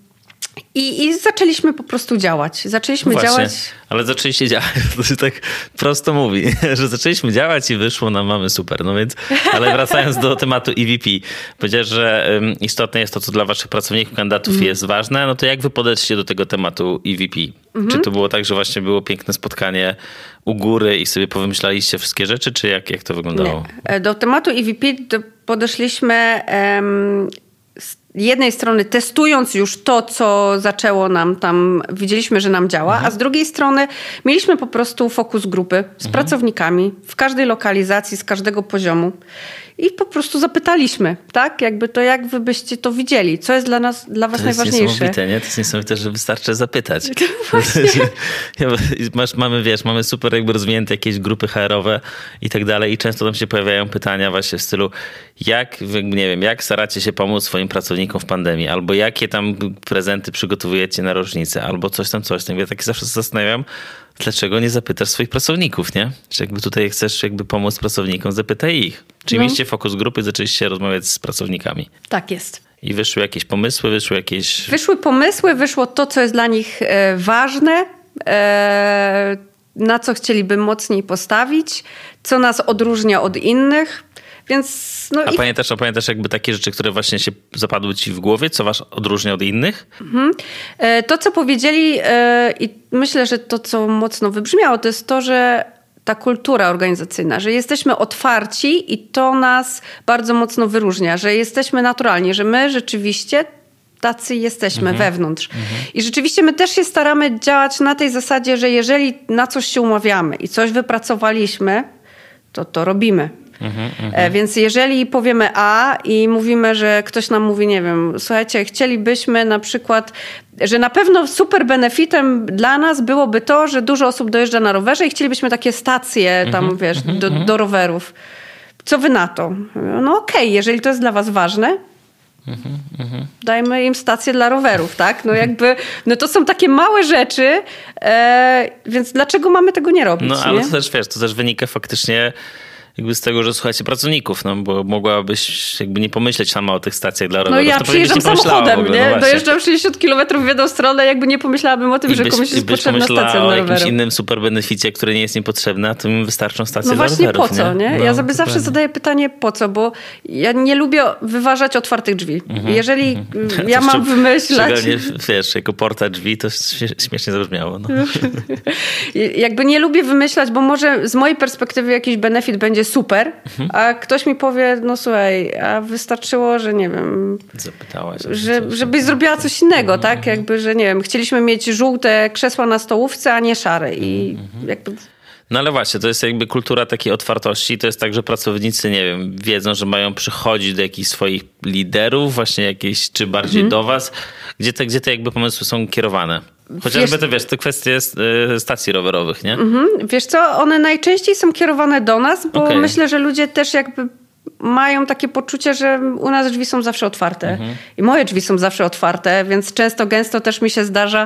I, I zaczęliśmy po prostu działać. Zaczęliśmy Właśnie, działać. Ale zaczęliście działać, to się tak prosto mówi, że zaczęliśmy działać i wyszło nam, mamy super. No więc, ale wracając do tematu E V P, powiedziałeś, że istotne jest to, co dla waszych pracowników, kandydatów mm. jest ważne. No to jak wy podeszliście do tego tematu E V P? Mm-hmm. Czy to było tak, że właśnie było piękne spotkanie u góry i sobie powymyślaliście wszystkie rzeczy, czy jak, jak to wyglądało? Nie. Do tematu E V P podeszliśmy... Um, z jednej strony testując już to, co zaczęło nam tam, widzieliśmy, że nam działa, mhm. a z drugiej strony mieliśmy po prostu fokus grupy z mhm. pracownikami w każdej lokalizacji, z każdego poziomu. I po prostu zapytaliśmy, tak? Jakby to, jak wy byście to widzieli? Co jest dla nas, dla was to jest najważniejsze? Niesamowite, nie? To jest niesamowite, że wystarczy zapytać. Masz, mamy, wiesz, mamy super jakby rozwinięte jakieś grupy H R-owe i tak dalej i często tam się pojawiają pytania właśnie w stylu, jak, nie wiem, jak staracie się pomóc swoim pracownikom w pandemii, albo jakie tam prezenty przygotowujecie na rocznicę, albo coś tam, coś tam. Ja tak zawsze się zastanawiam, dlaczego nie zapytasz swoich pracowników, nie? Że jakby tutaj chcesz jakby pomóc pracownikom, zapytaj ich. Czyli no. mieliście fokus grupy, zaczęliście rozmawiać z pracownikami. Tak jest. I wyszły jakieś pomysły, wyszły jakieś... Wyszły pomysły, wyszło to, co jest dla nich e, ważne, e, na co chcieliby mocniej postawić, co nas odróżnia od innych. Więc, no a i... pamiętasz, a pamiętasz jakby takie rzeczy, które właśnie się zapadły ci w głowie, co was odróżnia od innych? Mhm. To, co powiedzieli i myślę, że to, co mocno wybrzmiało, to jest to, że ta kultura organizacyjna, że jesteśmy otwarci i to nas bardzo mocno wyróżnia, że jesteśmy naturalni, że my rzeczywiście tacy jesteśmy mhm. wewnątrz. Mhm. I rzeczywiście my też się staramy działać na tej zasadzie, że jeżeli na coś się umawiamy i coś wypracowaliśmy, to to robimy. Mhm, mhm. Więc jeżeli powiemy A i mówimy, że ktoś nam mówi, nie wiem, słuchajcie, chcielibyśmy na przykład, że na pewno super benefitem dla nas byłoby to, że dużo osób dojeżdża na rowerze i chcielibyśmy takie stacje tam, mhm, wiesz, mhm, do, do rowerów. Co wy na to? No okej, okay, jeżeli to jest dla was ważne, Mhm, mhm. dajmy im stację dla rowerów, tak? No jakby, no to są takie małe rzeczy, e, więc dlaczego mamy tego nie robić? No ale nie? to też, wiesz, to też wynika faktycznie jakby z tego, że słuchacie pracowników, no bo mogłabyś jakby nie pomyśleć sama o tych stacjach dla rowerów. No ja to przyjeżdżam samochodem, ogóle, nie? No dojeżdżam sześćdziesiąt kilometrów w jedną stronę, jakby nie pomyślałabym o tym, I że byś, komuś jest potrzebna stacja dla o roweru. jakimś innym super beneficie, który nie jest niepotrzebny, a to im wystarczą stacje no dla właśnie rowerów. po co, nie? nie? Ja No, sobie zawsze zadaję pytanie po co, bo ja nie lubię wyważać otwartych drzwi. Mhm, jeżeli mhm. ja mam wymyślać... Szczególnie, wiesz, jako porta drzwi, to śmiesznie zabrzmiało. No. jakby nie lubię wymyślać, bo może z mojej perspektywy jakiś benefit będzie super, mhm. a ktoś mi powie, no słuchaj, a wystarczyło, że nie wiem... Zapytałaś. Że, żebyś zrobiła coś innego, mhm. tak? Jakby, że nie wiem, chcieliśmy mieć żółte krzesła na stołówce, a nie szare. I mhm. jakby... No ale właśnie, to jest jakby kultura takiej otwartości. To jest tak, że pracownicy, nie wiem, wiedzą, że mają przychodzić do jakichś swoich liderów, właśnie jakieś, czy bardziej mhm. do was. Gdzie te, gdzie te jakby pomysły są kierowane? Chociażby wiesz, te, wiesz, te kwestie stacji rowerowych, nie? Mhm. Wiesz co, one najczęściej są kierowane do nas, bo okay. myślę, że ludzie też jakby mają takie poczucie, że u nas drzwi są zawsze otwarte. Mhm. I moje drzwi są zawsze otwarte, więc często, gęsto też mi się zdarza,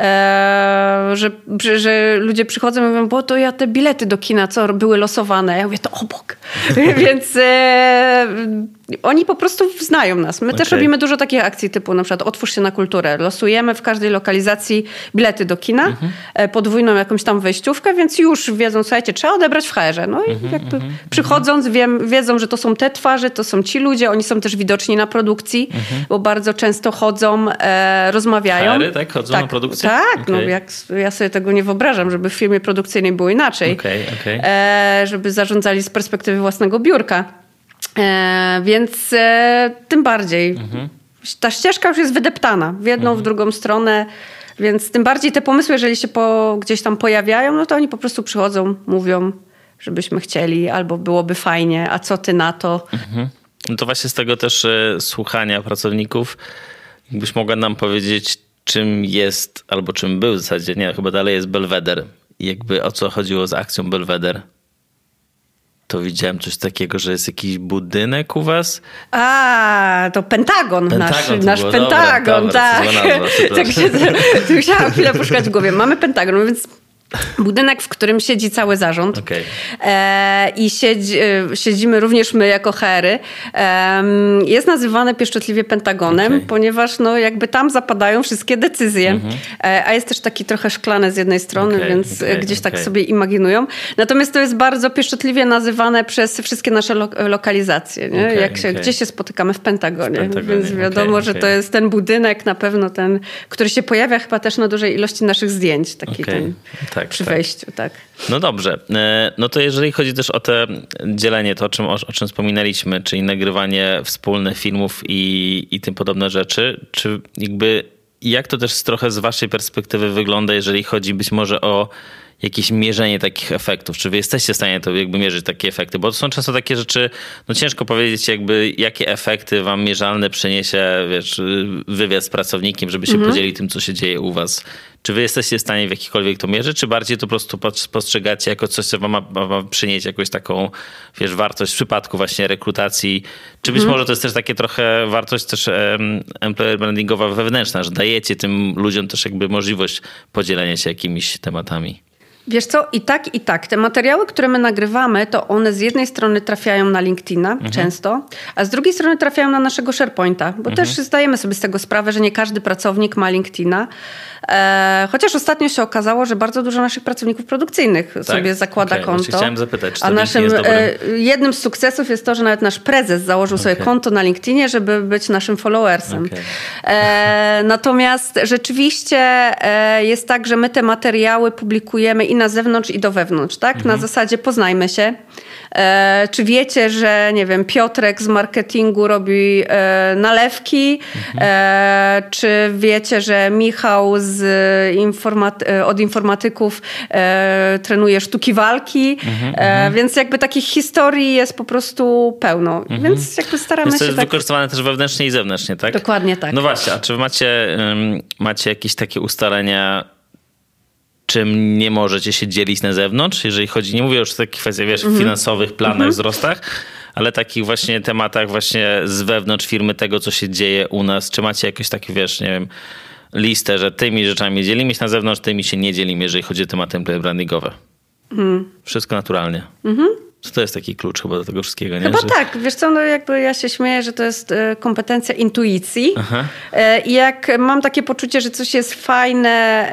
e, że, że, że ludzie przychodzą i mówią, bo to ja te bilety do kina, co były losowane. Ja mówię, to obok. Więc e, oni po prostu znają nas. My okay. też robimy dużo takich akcji typu na przykład otwórz się na kulturę. Losujemy w każdej lokalizacji bilety do kina, mhm. e, podwójną jakąś tam wejściówkę, więc już wiedzą, słuchajcie, trzeba odebrać w H R-ze. No i mhm, jakby mhm, przychodząc wiem, wiedzą, że to są te twarze, to są ci ludzie, oni są też widoczni na produkcji, mhm. bo bardzo często chodzą, e, rozmawiają. H R-y, tak? Chodzą tak, na produkcję? Tak, okay. no jak, ja sobie tego nie wyobrażam, żeby w firmie produkcyjnej było inaczej. Okay, okay. E, żeby zarządzali z perspektywy własnego biurka. E, więc e, tym bardziej. Mhm. Ta ścieżka już jest wydeptana w jedną, mhm. w drugą stronę, więc tym bardziej te pomysły, jeżeli się po, gdzieś tam pojawiają, no to oni po prostu przychodzą, mówią, żebyśmy chcieli, albo byłoby fajnie, a co ty na to? Mhm. No to właśnie z tego też e, słuchania pracowników, jakbyś mogła nam powiedzieć, czym jest, albo czym był w zasadzie, nie, chyba dalej jest Belweder. I jakby o co chodziło z akcją Belweder? To widziałem coś takiego, że jest jakiś budynek u was. A, to Pentagon, Pentagon nasz, nasz było. Pentagon, dobra, tak. Dobra, nazwa, tak się, tu musiałam chwilę poszukać w głowie. Mamy Pentagon, więc budynek, w którym siedzi cały zarząd. Okay. E, I siedzi, siedzimy również my jako H R-y. E, jest nazywany pieszczotliwie Pentagonem, okay. ponieważ no, jakby tam zapadają wszystkie decyzje. Mm-hmm. E, a jest też taki trochę szklany z jednej strony, okay, więc okay, gdzieś okay. tak sobie imaginują. Natomiast to jest bardzo pieszczotliwie nazywane przez wszystkie nasze lo- lokalizacje. Nie? Okay, Jak się, okay. Gdzie się spotykamy w Pentagonie. W Pentagonie. Więc wiadomo, okay, że okay. to jest ten budynek na pewno ten, który się pojawia chyba też na dużej ilości naszych zdjęć. Taki okay. ten... Tak. Przy wejściu, tak. No dobrze. No to jeżeli chodzi też o te dzielenie, to o czym, o, o czym wspominaliśmy, czyli nagrywanie wspólnych filmów i, i tym podobne rzeczy, czy jakby jak to też trochę z waszej perspektywy wygląda, jeżeli chodzi być może o jakieś mierzenie takich efektów? Czy wy jesteście w stanie to jakby mierzyć takie efekty? Bo to są często takie rzeczy, no ciężko powiedzieć jakby jakie efekty wam mierzalne przyniesie, wiesz, wywiad z pracownikiem, żeby się mhm. podzielił tym, co się dzieje u was. Czy wy jesteście w stanie w jakikolwiek to mierzyć, czy bardziej to po prostu postrzegacie jako coś, co wam ma, ma przynieść jakąś taką, wiesz, wartość w przypadku właśnie rekrutacji? Czy być mhm. może to jest też takie trochę wartość też um, employer brandingowa wewnętrzna, że dajecie tym ludziom też jakby możliwość podzielenia się jakimiś tematami? Wiesz co, i tak, i tak. Te materiały, które my nagrywamy, to one z jednej strony trafiają na LinkedIna mhm. często, a z drugiej strony trafiają na naszego SharePointa, bo mhm. też zdajemy sobie z tego sprawę, że nie każdy pracownik ma LinkedIna. E, chociaż ostatnio się okazało, że bardzo dużo naszych pracowników produkcyjnych tak? sobie zakłada okay. konto. Chciałem zapytać, czy to a naszym, jest e, jednym z sukcesów jest to, że nawet nasz prezes założył okay. sobie konto na LinkedInie, żeby być naszym followersem. Okay. E, natomiast rzeczywiście e, jest tak, że my te materiały publikujemy i na zewnątrz, i do wewnątrz, tak? Mhm. Na zasadzie poznajmy się. E, czy wiecie, że nie wiem, Piotrek z marketingu robi e, nalewki? Mhm. E, czy wiecie, że Michał z informat- od informatyków e, trenuje sztuki walki? Mhm, e, więc jakby takich historii jest po prostu pełno. Mhm. Więc jakby staramy więc to się jest tak... wykorzystywane też wewnętrznie i zewnętrznie, tak? Dokładnie tak. No właśnie, a czy wy macie, um, macie jakieś takie ustalenia, czym nie możecie się dzielić na zewnątrz, jeżeli chodzi, nie mówię już o takich kwestiach, wiesz, mm-hmm. finansowych planach, mm-hmm. wzrostach, ale takich właśnie tematach właśnie z wewnątrz firmy, tego, co się dzieje u nas. Czy macie jakieś takie, wiesz, nie wiem, listę, że tymi rzeczami dzielimy się na zewnątrz, tymi się nie dzielimy, jeżeli chodzi o tematy brandingowe? Mm. Wszystko naturalnie. Mm-hmm. To jest taki klucz chyba do tego wszystkiego, nie? Chyba że... tak. Wiesz co, no jakby ja się śmieję, że to jest kompetencja intuicji. Aha. I jak mam takie poczucie, że coś jest fajne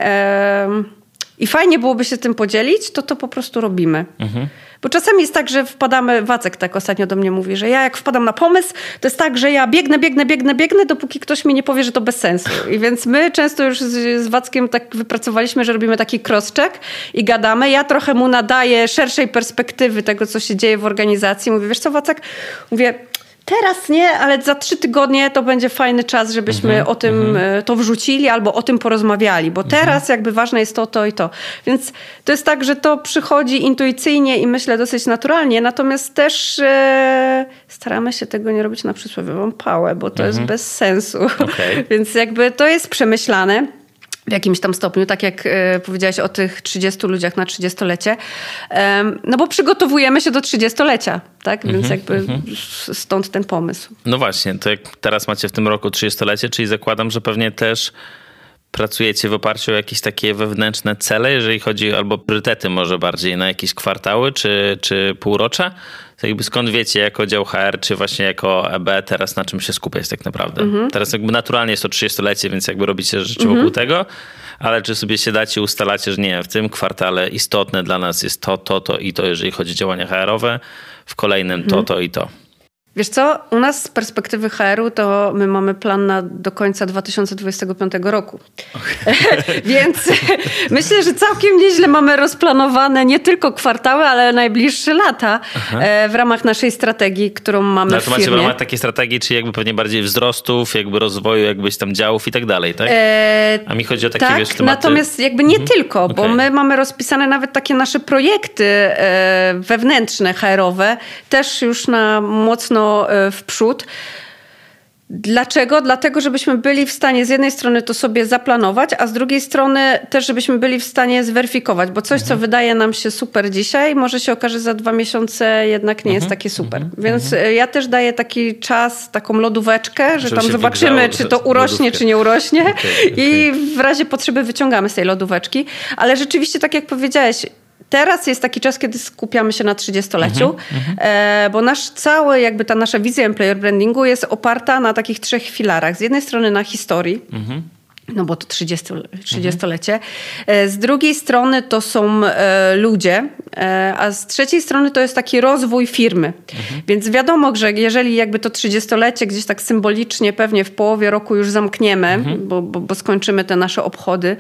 e, i fajnie byłoby się tym podzielić, to to po prostu robimy. Mhm. Bo czasami jest tak, że wpadamy, Wacek tak ostatnio do mnie mówi, że ja jak wpadam na pomysł, to jest tak, że ja biegnę, biegnę, biegnę, biegnę, dopóki ktoś mi nie powie, że to bez sensu. I więc my często już z, z Wackiem tak wypracowaliśmy, że robimy taki cross-check i gadamy. Ja trochę mu nadaję szerszej perspektywy tego, co się dzieje w organizacji. Mówię, wiesz co, Wacek? Mówię... Teraz nie, ale za trzy tygodnie to będzie fajny czas, żebyśmy mm-hmm, o tym mm-hmm. to wrzucili albo o tym porozmawiali, bo teraz mm-hmm. jakby ważne jest to, to i to. Więc to jest tak, że to przychodzi intuicyjnie i myślę dosyć naturalnie, natomiast też e, staramy się tego nie robić na przysłowiową pałę, bo to mm-hmm. jest bez sensu. Okay. Więc jakby to jest przemyślane. W jakimś tam stopniu, tak jak e, powiedziałaś o tych trzydziestu ludziach na trzydziestolecie. E, no bo przygotowujemy się do trzydziestolecia, tak? Mm-hmm, Więc jakby mm-hmm. stąd ten pomysł. No właśnie, to jak teraz macie w tym roku trzydziestolecie, czyli zakładam, że pewnie też pracujecie w oparciu o jakieś takie wewnętrzne cele, jeżeli chodzi albo priorytety może bardziej na jakieś kwartały czy, czy półrocza. To jakby skąd wiecie jako dział H R, czy właśnie jako E B teraz na czym się skupiać tak naprawdę? Mm-hmm. Teraz jakby naturalnie jest to trzydziestolecie, więc jakby robicie rzeczy mm-hmm. wokół tego, ale czy sobie siadacie, ustalacie, że nie, w tym kwartale istotne dla nas jest to, to, to i to, jeżeli chodzi o działania H R-owe, w kolejnym to, mm-hmm. to i to. Wiesz co, u nas z perspektywy H R-u to my mamy plan na do końca dwa tysiące dwudziestego piątego roku. Okay. Więc myślę, że całkiem nieźle mamy rozplanowane nie tylko kwartały, ale najbliższe lata Aha. w ramach naszej strategii, którą mamy no, w firmie. Macie w ramach takiej strategii, czyli jakby pewnie bardziej wzrostów, jakby rozwoju jakbyś tam działów i tak dalej, tak? E, A mi chodzi o takie, tak, wiesz, tematy... natomiast jakby nie mhm. tylko, bo okay. my mamy rozpisane nawet takie nasze projekty e, wewnętrzne, H R-owe, też już na mocno w przód. Dlaczego? Dlatego, żebyśmy byli w stanie z jednej strony to sobie zaplanować, a z drugiej strony też, żebyśmy byli w stanie zweryfikować, bo coś, mhm. co wydaje nam się super dzisiaj, może się okaże za dwa miesiące jednak nie mhm. jest takie super. Mhm. Więc mhm. ja też daję taki czas, taką lodóweczkę, że Żeby tam zobaczymy, wygrzało, czy to urośnie, lodówkę. czy nie urośnie okay, okay. i w razie potrzeby wyciągamy z tej lodóweczki. Ale rzeczywiście, tak jak powiedziałeś, teraz jest taki czas, kiedy skupiamy się na trzydziestoleciu, mm-hmm. e, bo nasz cały, jakby ta nasza wizja employer brandingu jest oparta na takich trzech filarach. Z jednej strony na historii, mm-hmm. no bo to trzydziestolecie. Mm-hmm. Z drugiej strony to są e, ludzie, e, a z trzeciej strony to jest taki rozwój firmy. Mm-hmm. Więc wiadomo, że jeżeli jakby to trzydziestolecie gdzieś tak symbolicznie pewnie w połowie roku już zamkniemy, mm-hmm. bo, bo, bo skończymy te nasze obchody,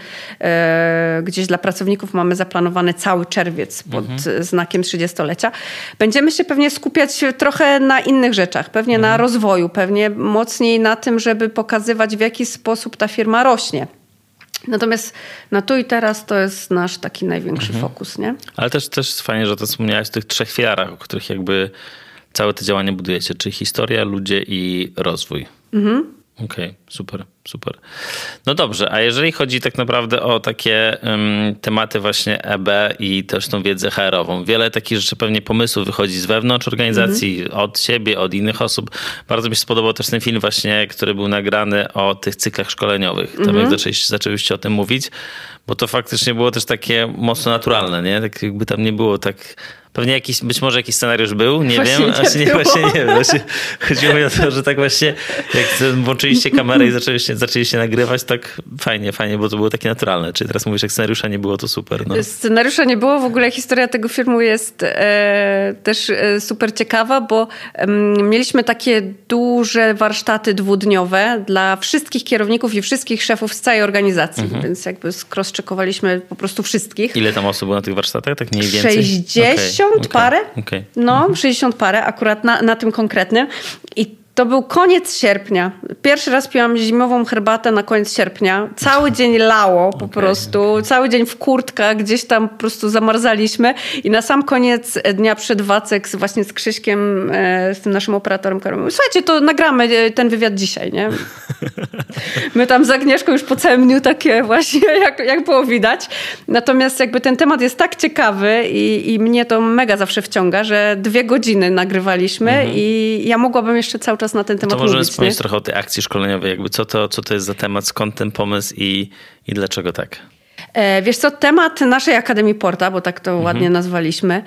e, gdzieś dla pracowników mamy zaplanowany cały czerwiec pod mm-hmm. znakiem trzydziestolecia. Będziemy się pewnie skupiać trochę na innych rzeczach, pewnie mm-hmm. na rozwoju, pewnie mocniej na tym, żeby pokazywać, w jaki sposób ta firma rośnie. Natomiast na tu i teraz to jest nasz taki największy mhm. fokus, nie? Ale też, też fajnie, że to wspomniałeś o tych trzech filarach, o których jakby całe te działanie budujecie, czyli historia, ludzie i rozwój. Mhm. Okej, okay, super, super. No dobrze, a jeżeli chodzi tak naprawdę o takie um, tematy właśnie E B i też tą wiedzę H R-ową, wiele takich rzeczy, pewnie pomysłów wychodzi z wewnątrz organizacji, mm-hmm. od siebie, od innych osób. Bardzo mi się spodobał też ten film właśnie, który był nagrany o tych cyklach szkoleniowych. Tam mm-hmm. jak zaczęliście, zaczęliście o tym mówić, bo to faktycznie było też takie mocno naturalne, nie? Tak jakby tam nie było tak... Pewnie jakiś, być może jakiś scenariusz był, nie właśnie wiem. Nie nie, właśnie nie wiem. Właśnie chodziło mi o to, że tak właśnie jak włączyliście kamerę i zaczęliście zaczęliście nagrywać, tak fajnie, fajnie, bo to było takie naturalne. Czyli teraz mówisz, jak scenariusza nie było, to super. No. Scenariusza nie było, w ogóle historia tego filmu jest e, też e, super ciekawa, bo e, mieliśmy takie duże warsztaty dwudniowe dla wszystkich kierowników i wszystkich szefów z całej organizacji, mhm. więc jakby cross-checkowaliśmy po prostu wszystkich. Ile tam osób było na tych warsztatach? Tak mniej więcej? sześćdziesiąt okay, parę. Okay, okay. No, mhm. sześćdziesiąt parę akurat na, na tym konkretnym. I to był koniec sierpnia. Pierwszy raz piłam zimową herbatę na koniec sierpnia. Cały dzień lało po okay, prostu. Okay. Cały dzień w kurtkach, gdzieś tam po prostu zamarzaliśmy. I na sam koniec dnia przed Wacek z, właśnie z Krzyśkiem, e, z tym naszym operatorem, mówił, słuchajcie, to nagramy ten wywiad dzisiaj, nie? My tam z Agnieszką już po całym dniu takie właśnie, jak, jak było widać. Natomiast jakby ten temat jest tak ciekawy i, i mnie to mega zawsze wciąga, że dwie godziny nagrywaliśmy mhm. i ja mogłabym jeszcze cały czas na ten temat mówić. To możemy wspomnieć trochę o tej akcji szkoleniowej. Jakby co, to, co to jest za temat, skąd ten pomysł i, i dlaczego tak? Wiesz co, temat naszej Akademii Porta, bo tak to mhm. ładnie nazwaliśmy,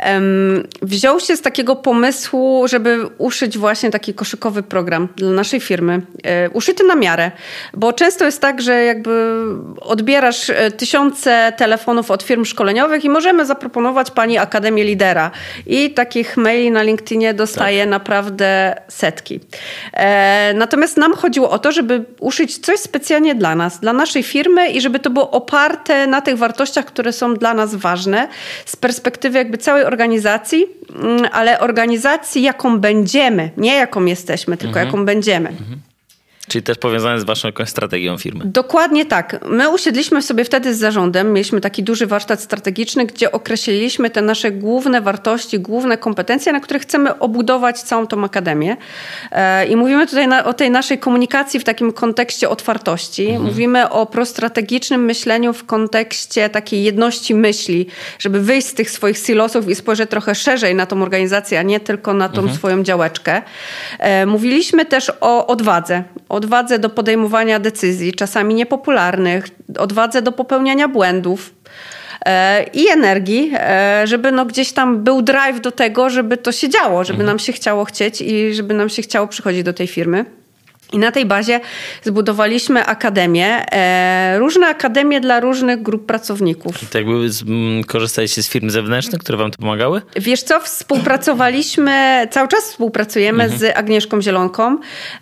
wziął się z takiego pomysłu, żeby uszyć właśnie taki koszykowy program dla naszej firmy. Uszyty na miarę, bo często jest tak, że jakby odbierasz tysiące telefonów od firm szkoleniowych i możemy zaproponować pani Akademię Lidera. I takich maili na LinkedInie dostaje tak. naprawdę setki. Natomiast nam chodziło o to, żeby uszyć coś specjalnie dla nas, dla naszej firmy i żeby to było oparte na tych wartościach, które są dla nas ważne z perspektywy jakby całej organizacji, ale organizacji, jaką będziemy, nie jaką jesteśmy, tylko mhm. jaką będziemy. Mhm. Czyli też powiązane z waszą jakąś strategią firmy. Dokładnie tak. My usiedliśmy sobie wtedy z zarządem, mieliśmy taki duży warsztat strategiczny, gdzie określiliśmy te nasze główne wartości, główne kompetencje, na których chcemy obudować całą tą akademię. I mówimy tutaj na, o tej naszej komunikacji w takim kontekście otwartości. Mhm. Mówimy o prostrategicznym myśleniu w kontekście takiej jedności myśli, żeby wyjść z tych swoich silosów i spojrzeć trochę szerzej na tą organizację, a nie tylko na tą mhm. swoją działeczkę. Mówiliśmy też o odwadze. Odwadze do podejmowania decyzji, czasami niepopularnych, odwadze do popełniania błędów e, i energii, e, żeby no gdzieś tam był drive do tego, żeby to się działo, żeby mhm. nam się chciało chcieć i żeby nam się chciało przychodzić do tej firmy. I na tej bazie zbudowaliśmy akademię, e, różne akademie dla różnych grup pracowników. To jakby z, m, korzystaliście z firm zewnętrznych, które wam to pomagały? Wiesz co, współpracowaliśmy, cały czas współpracujemy mhm. z Agnieszką Zielonką,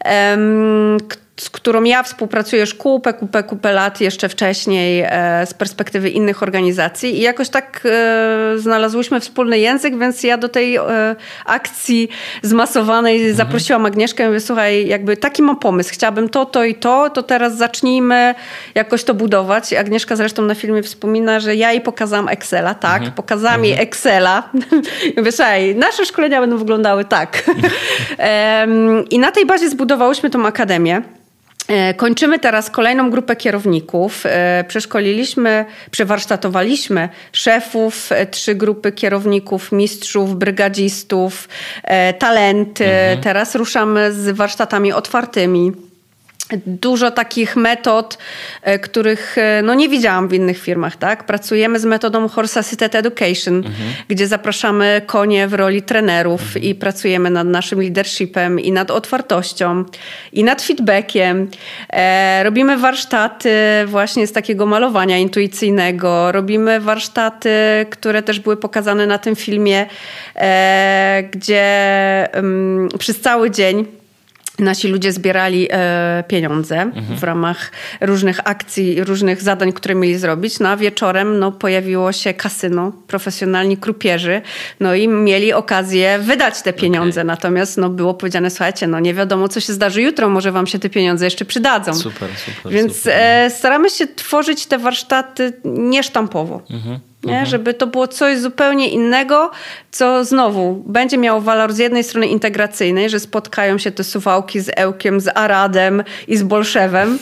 em, z którą ja współpracuję już kupę, kupę, kupę lat jeszcze wcześniej e, z perspektywy innych organizacji i jakoś tak e, znalazłyśmy wspólny język, więc ja do tej e, akcji zmasowanej mhm. zaprosiłam Agnieszkę i mówię, słuchaj, jakby taki mam pomysł, chciałabym to, to i to, to teraz zacznijmy jakoś to budować. Agnieszka zresztą na filmie wspomina, że ja jej pokazałam Excela, tak, mhm. pokazałam jej Excela. I mówię, słuchaj, nasze szkolenia będą wyglądały tak. e, I na tej bazie zbudowałyśmy tą akademię. Kończymy teraz kolejną grupę kierowników. Przeszkoliliśmy, przewarsztatowaliśmy szefów, trzy grupy kierowników, mistrzów, brygadzistów, talenty. Mhm. Teraz ruszamy z warsztatami otwartymi. Dużo takich metod, których no, nie widziałam w innych firmach. Tak? Pracujemy z metodą Horse Assisted Education, mhm. gdzie zapraszamy konie w roli trenerów mhm. i pracujemy nad naszym leadershipem i nad otwartością i nad feedbackiem. E, robimy warsztaty właśnie z takiego malowania intuicyjnego. Robimy warsztaty, które też były pokazane na tym filmie, e, gdzie um, przez cały dzień nasi ludzie zbierali e, pieniądze mhm. w ramach różnych akcji, różnych zadań, które mieli zrobić. No a wieczorem no, pojawiło się kasyno, profesjonalni krupierzy, no i mieli okazję wydać te pieniądze. Okay. Natomiast no, było powiedziane, słuchajcie, no nie wiadomo, co się zdarzy jutro, może wam się te pieniądze jeszcze przydadzą. Super, super. Więc super. E, staramy się tworzyć te warsztaty niesztampowo. Mhm. Nie? Mhm. Żeby to było coś zupełnie innego, co znowu będzie miało walor z jednej strony integracyjnej, że spotkają się te Suwałki z Ełkiem, z Aradem i z Bolszewem,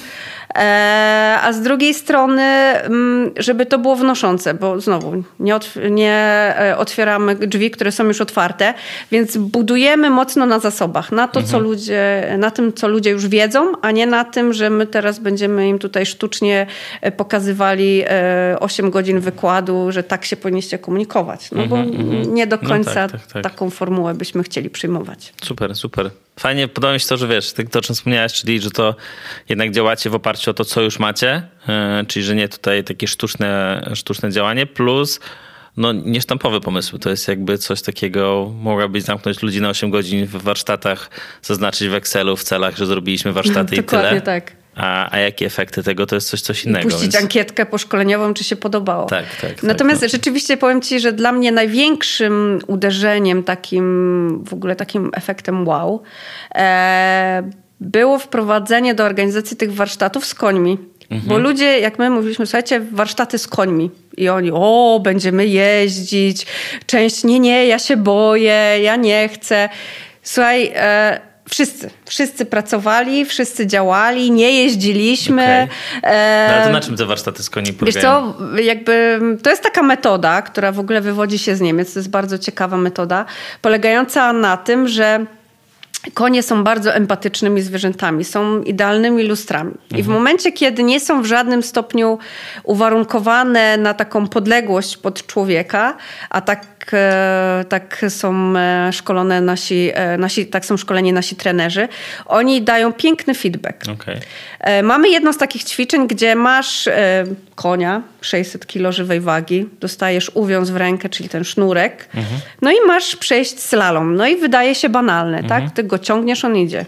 e, a z drugiej strony, żeby to było wnoszące, bo znowu nie, otw- nie otwieramy drzwi, które są już otwarte, więc budujemy mocno na zasobach, na to, mhm. co ludzie, na tym, co ludzie już wiedzą, a nie na tym, że my teraz będziemy im tutaj sztucznie pokazywali osiem godzin wykładu, że tak się powinniście komunikować. No bo mm-hmm, nie do końca no tak, tak, tak. taką formułę byśmy chcieli przyjmować. Super, super. Fajnie, podoba mi się to, że wiesz, to o czym wspomniałeś, czyli że to jednak działacie w oparciu o to, co już macie, yy, czyli że nie tutaj takie sztuczne, sztuczne działanie, plus no niesztampowe pomysły. To jest jakby coś takiego, mogłabyś zamknąć ludzi na osiem godzin w warsztatach, zaznaczyć w Excelu w celach, że zrobiliśmy warsztaty i tyle. Dokładnie tak. A, a jakie efekty tego, to jest coś, coś innego. I puścić więc... ankietkę poszkoleniową, czy się podobało. Tak, tak. Natomiast tak, no. rzeczywiście powiem ci, że dla mnie największym uderzeniem, takim w ogóle takim efektem wow, e, było wprowadzenie do organizacji tych warsztatów z końmi. Mhm. Bo ludzie, jak my mówiliśmy, słuchajcie, warsztaty z końmi. I oni, o, będziemy jeździć. Część, nie, nie, ja się boję, ja nie chcę. Słuchaj, e, wszyscy, wszyscy pracowali, wszyscy działali, nie jeździliśmy. Okay. No, ale to na czym te warsztaty z koni polegają? Wiesz co, jakby to jest taka metoda, która w ogóle wywodzi się z Niemiec. To jest bardzo ciekawa metoda, polegająca na tym, że konie są bardzo empatycznymi zwierzętami, są idealnymi lustrami. Mhm. I w momencie, kiedy nie są w żadnym stopniu uwarunkowane na taką podległość pod człowieka, a tak, tak są szkolone nasi, nasi, tak są szkoleni nasi trenerzy, oni dają piękny feedback. Okay. Mamy jedno z takich ćwiczeń, gdzie masz konia, sześćset kilo żywej wagi, dostajesz uwiąz w rękę, czyli ten sznurek, mhm. no i masz przejść slalom. No i wydaje się banalne, mhm. tak? Ty go ciągniesz, on idzie.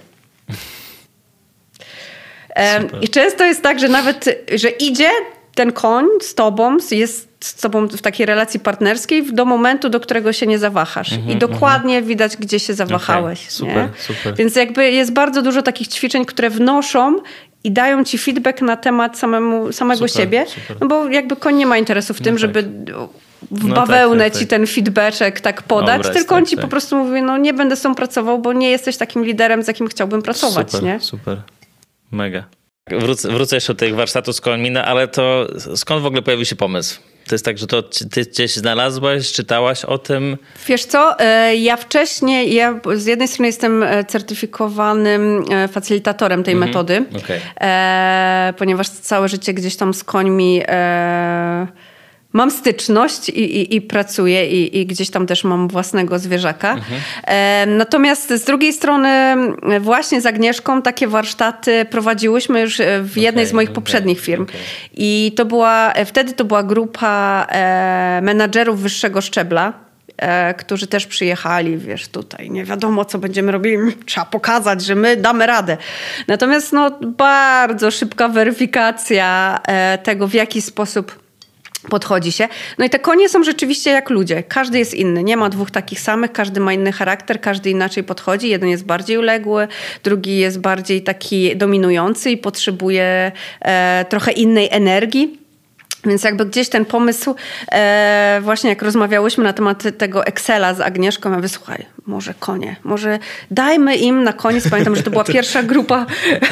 Super. I często jest tak, że nawet, że idzie ten koń z tobą, jest z tobą w takiej relacji partnerskiej do momentu, do którego się nie zawahasz. Mm-hmm, I dokładnie mm-hmm. widać, gdzie się zawahałeś. Okay. Super, nie? super. Więc jakby jest bardzo dużo takich ćwiczeń, które wnoszą i dają ci feedback na temat samemu, samego super, siebie. Super. No bo jakby koń nie ma interesu w tym, no żeby tak. w no bawełnę tak, tak, ci tak. ten feedbackek tak podać, Obraz, tylko on tak, ci tak. po prostu mówi, no nie będę z tą pracował, bo nie jesteś takim liderem, z jakim chciałbym pracować. Super, nie? super. Mega. Wrócę, wrócę jeszcze do tych warsztatów z końmi, no ale to skąd w ogóle pojawił się pomysł? To jest tak, że to ty gdzieś znalazłaś, czytałaś o tym? Wiesz co, ja wcześniej, ja z jednej strony jestem certyfikowanym facylitatorem tej mm-hmm. metody, okay. e, ponieważ całe życie gdzieś tam z końmi e, mam styczność i, i, i pracuję i, i gdzieś tam też mam własnego zwierzaka. Mhm. E, natomiast z drugiej strony właśnie z Agnieszką takie warsztaty prowadziłyśmy już w jednej okay, z moich okay, poprzednich firm. Okay. I to była, wtedy to była grupa e, menadżerów wyższego szczebla, e, którzy też przyjechali, wiesz, tutaj nie wiadomo, co będziemy robili. Trzeba pokazać, że my damy radę. Natomiast no, bardzo szybka weryfikacja e, tego, w jaki sposób podchodzi się. No i te konie są rzeczywiście jak ludzie. Każdy jest inny. Nie ma dwóch takich samych. Każdy ma inny charakter. Każdy inaczej podchodzi. Jeden jest bardziej uległy, drugi jest bardziej taki dominujący i potrzebuje e, trochę innej energii. Więc jakby gdzieś ten pomysł, e, właśnie jak rozmawiałyśmy na temat tego Excela z Agnieszką, ja mówię, słuchaj, może konie, może dajmy im na koniec, pamiętam, że to była pierwsza grupa.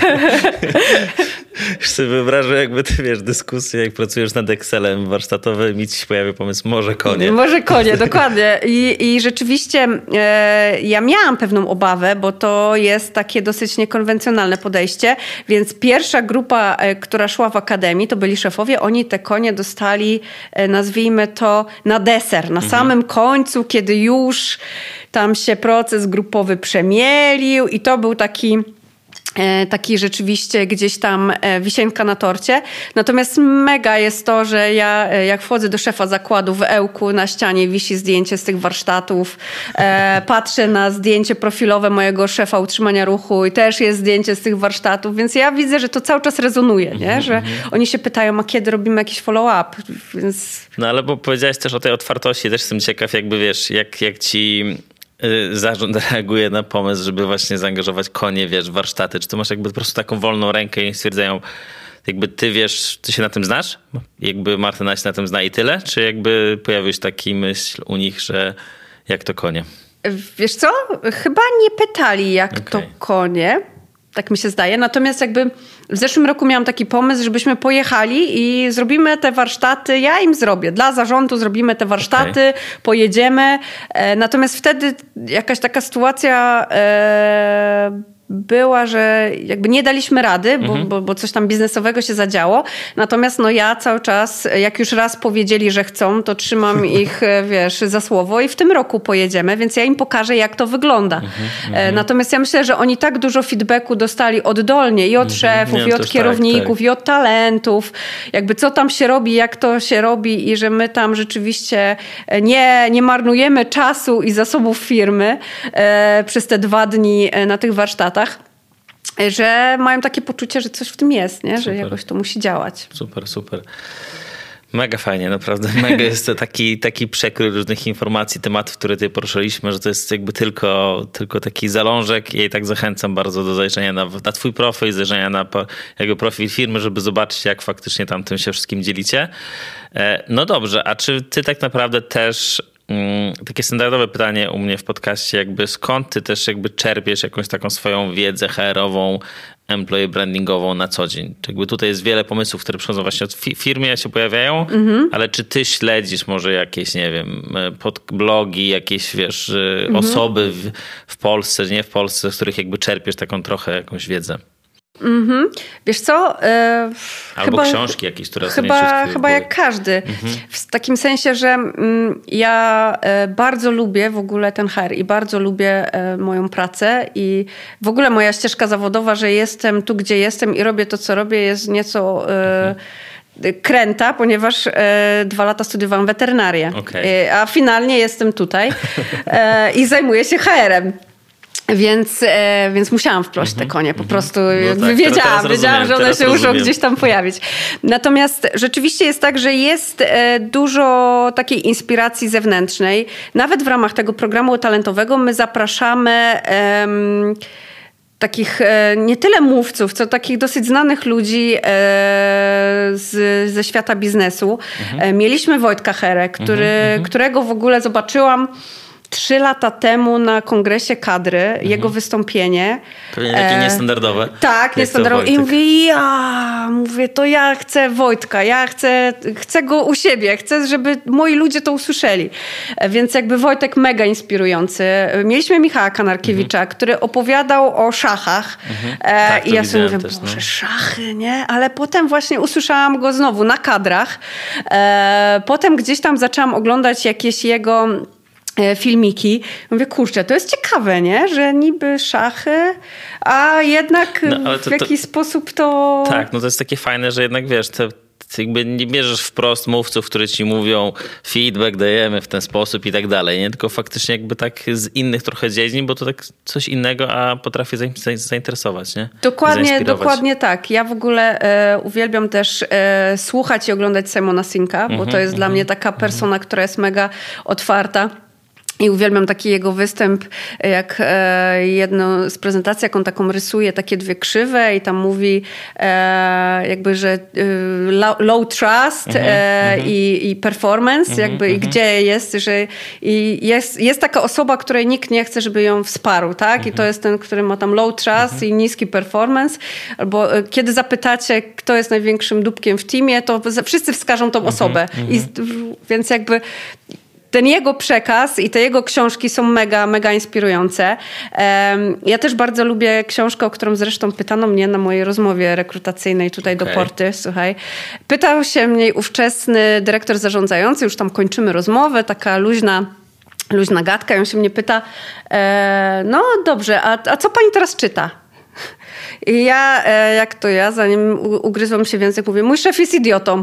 Już sobie wyobrażam, jakby ty wiesz, dyskusję, jak pracujesz nad Excelem warsztatowym i ci się pojawia pomysł, może konie. Może konie, dokładnie. I, i rzeczywiście e, ja miałam pewną obawę, bo to jest takie dosyć niekonwencjonalne podejście, więc pierwsza grupa, e, która szła w akademii, to byli szefowie, oni te konie dostali, e, nazwijmy to, na deser, na mhm. samym końcu, kiedy już tam się proces grupowy przemielił i to był taki taki rzeczywiście gdzieś tam wisienka na torcie. Natomiast mega jest to, że ja jak wchodzę do szefa zakładu w Ełku, na ścianie wisi zdjęcie z tych warsztatów, e, patrzę na zdjęcie profilowe mojego szefa utrzymania ruchu i też jest zdjęcie z tych warsztatów, więc ja widzę, że to cały czas rezonuje, nie? Że oni się pytają, a kiedy robimy jakiś follow-up? Więc... No ale bo powiedziałeś też o tej otwartości, też jestem ciekaw, jakby wiesz, jak, jak ci... zarząd reaguje na pomysł, żeby właśnie zaangażować konie, wiesz, w warsztaty? Czy ty masz jakby po prostu taką wolną rękę i stwierdzają, jakby ty wiesz, ty się na tym znasz? Jakby Martyna się na tym zna i tyle? Czy jakby pojawił się taki myśl u nich, że jak to konie? Wiesz co? Chyba nie pytali, jak okay. to konie. Tak mi się zdaje. Natomiast jakby w zeszłym roku miałam taki pomysł, żebyśmy pojechali i zrobimy te warsztaty. Ja im zrobię. Dla zarządu zrobimy te warsztaty, okay. pojedziemy. E, natomiast wtedy jakaś taka sytuacja e, była, że jakby nie daliśmy rady, bo, mhm. bo, bo coś tam biznesowego się zadziało. Natomiast no ja cały czas, jak już raz powiedzieli, że chcą, to trzymam ich, wiesz, za słowo i w tym roku pojedziemy, więc ja im pokażę, jak to wygląda. Mhm. Natomiast ja myślę, że oni tak dużo feedbacku dostali oddolnie i od mhm. szefów, nie, i od kierowników, tak, tak. i od talentów, jakby co tam się robi, jak to się robi i że my tam rzeczywiście nie, nie marnujemy czasu i zasobów firmy e, przez te dwa dni na tych warsztatach, że mają takie poczucie, że coś w tym jest, nie? Że jakoś to musi działać. Super, super. Mega fajnie, naprawdę. Mega jest to taki, taki przekrój różnych informacji, tematów, które tutaj poruszyliśmy, że to jest jakby tylko, tylko taki zalążek i tak zachęcam bardzo do zajrzenia na, na twój profil, zajrzenia na jakby profil firmy, żeby zobaczyć, jak faktycznie tam tym się wszystkim dzielicie. No dobrze, a czy ty tak naprawdę też takie standardowe pytanie u mnie w podcaście, jakby skąd ty też jakby czerpiesz jakąś taką swoją wiedzę H R-ową, employee brandingową na co dzień? Czy jakby tutaj jest wiele pomysłów, które przychodzą właśnie od fi- firmy, się pojawiają, mm-hmm. ale czy ty śledzisz może jakieś, nie wiem, pod blogi, jakieś, wiesz, mm-hmm. osoby w, w Polsce, nie w Polsce, z których jakby czerpiesz taką trochę jakąś wiedzę? Mm-hmm. Wiesz co? Yy, Albo chyba, książki jakieś, które Chyba, chyba jak każdy. Mm-hmm. W takim sensie, że mm, ja y, bardzo lubię w ogóle ten H R i bardzo lubię y, moją pracę i w ogóle moja ścieżka zawodowa, że jestem tu, gdzie jestem i robię to, co robię, jest nieco... Y, mm-hmm. kręta, ponieważ y, dwa lata studiowałam weterynarię. Okay. Y, a finalnie jestem tutaj y, i zajmuję się H R-em. Więc, e, więc musiałam wplość te konie. Po prostu no tak, wiedziałam, wiedziałam, że one się muszą gdzieś tam pojawić. Natomiast rzeczywiście jest tak, że jest e, dużo takiej inspiracji zewnętrznej. Nawet w ramach tego programu talentowego my zapraszamy em, takich e, nie tyle mówców, co takich dosyć znanych ludzi e, z, ze świata biznesu. Mhm. E, mieliśmy Wojtka Herę, który, mhm. którego w ogóle zobaczyłam Trzy lata temu na kongresie kadry, mhm. jego wystąpienie. Pewnie takie e, niestandardowe. Tak, niestandardowe. I mówię, ja, mówię, to ja chcę Wojtka, ja chcę, chcę go u siebie, chcę, żeby moi ludzie to usłyszeli. E, więc jakby Wojtek mega inspirujący. Mieliśmy Michała Kanarkiewicza, mhm. który opowiadał o szachach. Mhm. E, tak, I ja sobie mówię, też, Boże, no. szachy, nie? Ale potem właśnie usłyszałam go znowu na kadrach. E, potem gdzieś tam zaczęłam oglądać jakieś jego... filmiki. Mówię, kurczę, to jest ciekawe, nie? Że niby szachy, a jednak no, to, w jakiś to, sposób to... Tak, no to jest takie fajne, że jednak wiesz, te, ty jakby nie bierzesz wprost mówców, które ci mówią feedback dajemy w ten sposób i tak dalej, nie? Tylko faktycznie jakby tak z innych trochę dziedzin, bo to tak coś innego, a potrafię zainteresować, nie? Dokładnie, dokładnie tak. Ja w ogóle e, uwielbiam też e, słuchać i oglądać Simona Sinka, bo mm-hmm, to jest mm-hmm, dla mnie taka persona, mm-hmm. która jest mega otwarta. I uwielbiam taki jego występ, jak e, jedno z prezentacji, jak on taką rysuje takie dwie krzywe i tam mówi e, jakby, że e, low trust mm-hmm, e, mm-hmm. i, i performance, mm-hmm, jakby mm-hmm. i gdzie jest, że i jest, jest taka osoba, której nikt nie chce, żeby ją wsparł, tak? Mm-hmm. I to jest ten, który ma tam low trust mm-hmm. i niski performance. Albo e, kiedy zapytacie, kto jest największym dupkiem w teamie, to wszyscy wskażą tą mm-hmm, osobę. Mm-hmm. I, więc jakby ten jego przekaz i te jego książki są mega, mega inspirujące. Ja też bardzo lubię książkę, o którą zresztą pytano mnie na mojej rozmowie rekrutacyjnej tutaj okay. do Porty. Słuchaj, pytał się mnie ówczesny dyrektor zarządzający, już tam kończymy rozmowę, taka luźna, luźna gadka. I on się mnie pyta, e, no dobrze, a, a co pani teraz czyta? I ja, jak to ja, zanim ugryzłam się w język, mówię, mój szef jest idiotą.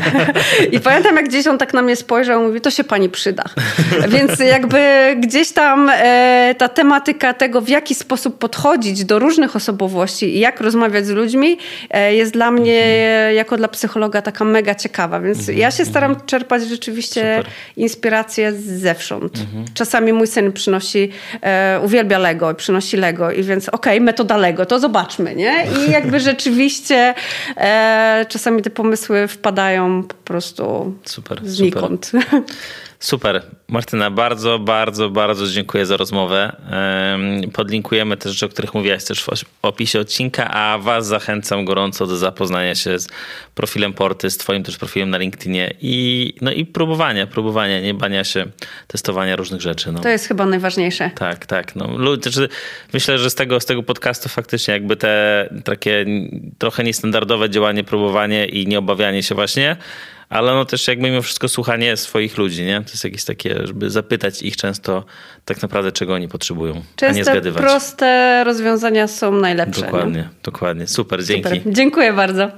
I pamiętam, jak gdzieś on tak na mnie spojrzał, mówi, to się pani przyda. Więc jakby gdzieś tam e, ta tematyka tego, w jaki sposób podchodzić do różnych osobowości i jak rozmawiać z ludźmi, e, jest dla mnie, mhm. jako dla psychologa, taka mega ciekawa. Więc mhm. ja się staram czerpać rzeczywiście Super. inspirację zewsząd. Mhm. Czasami mój syn przynosi, e, uwielbia Lego, przynosi Lego i więc okej, okay, metoda Lego, to zobaczmy. Nie? I jakby rzeczywiście e, czasami te pomysły wpadają po prostu super, znikąd. Super. Super. Martyna, bardzo, bardzo, bardzo dziękuję za rozmowę. Podlinkujemy te rzeczy, o których mówiłaś też w opisie odcinka, a was zachęcam gorąco do zapoznania się z profilem Porty, z twoim też profilem na LinkedInie i, no i próbowania, próbowania, nie bania się testowania różnych rzeczy. No. To jest chyba najważniejsze. Tak, tak. No, ludzie, myślę, że z tego, z tego podcastu faktycznie jakby te takie trochę niestandardowe działanie, próbowanie i nieobawianie się właśnie, ale no też jakby mimo wszystko słuchanie swoich ludzi, nie? To jest jakieś takie, żeby zapytać ich często tak naprawdę, czego oni potrzebują, Często a nie zgadywać. proste rozwiązania są najlepsze. Dokładnie, nie? dokładnie. Super, dzięki. Super. Dziękuję bardzo.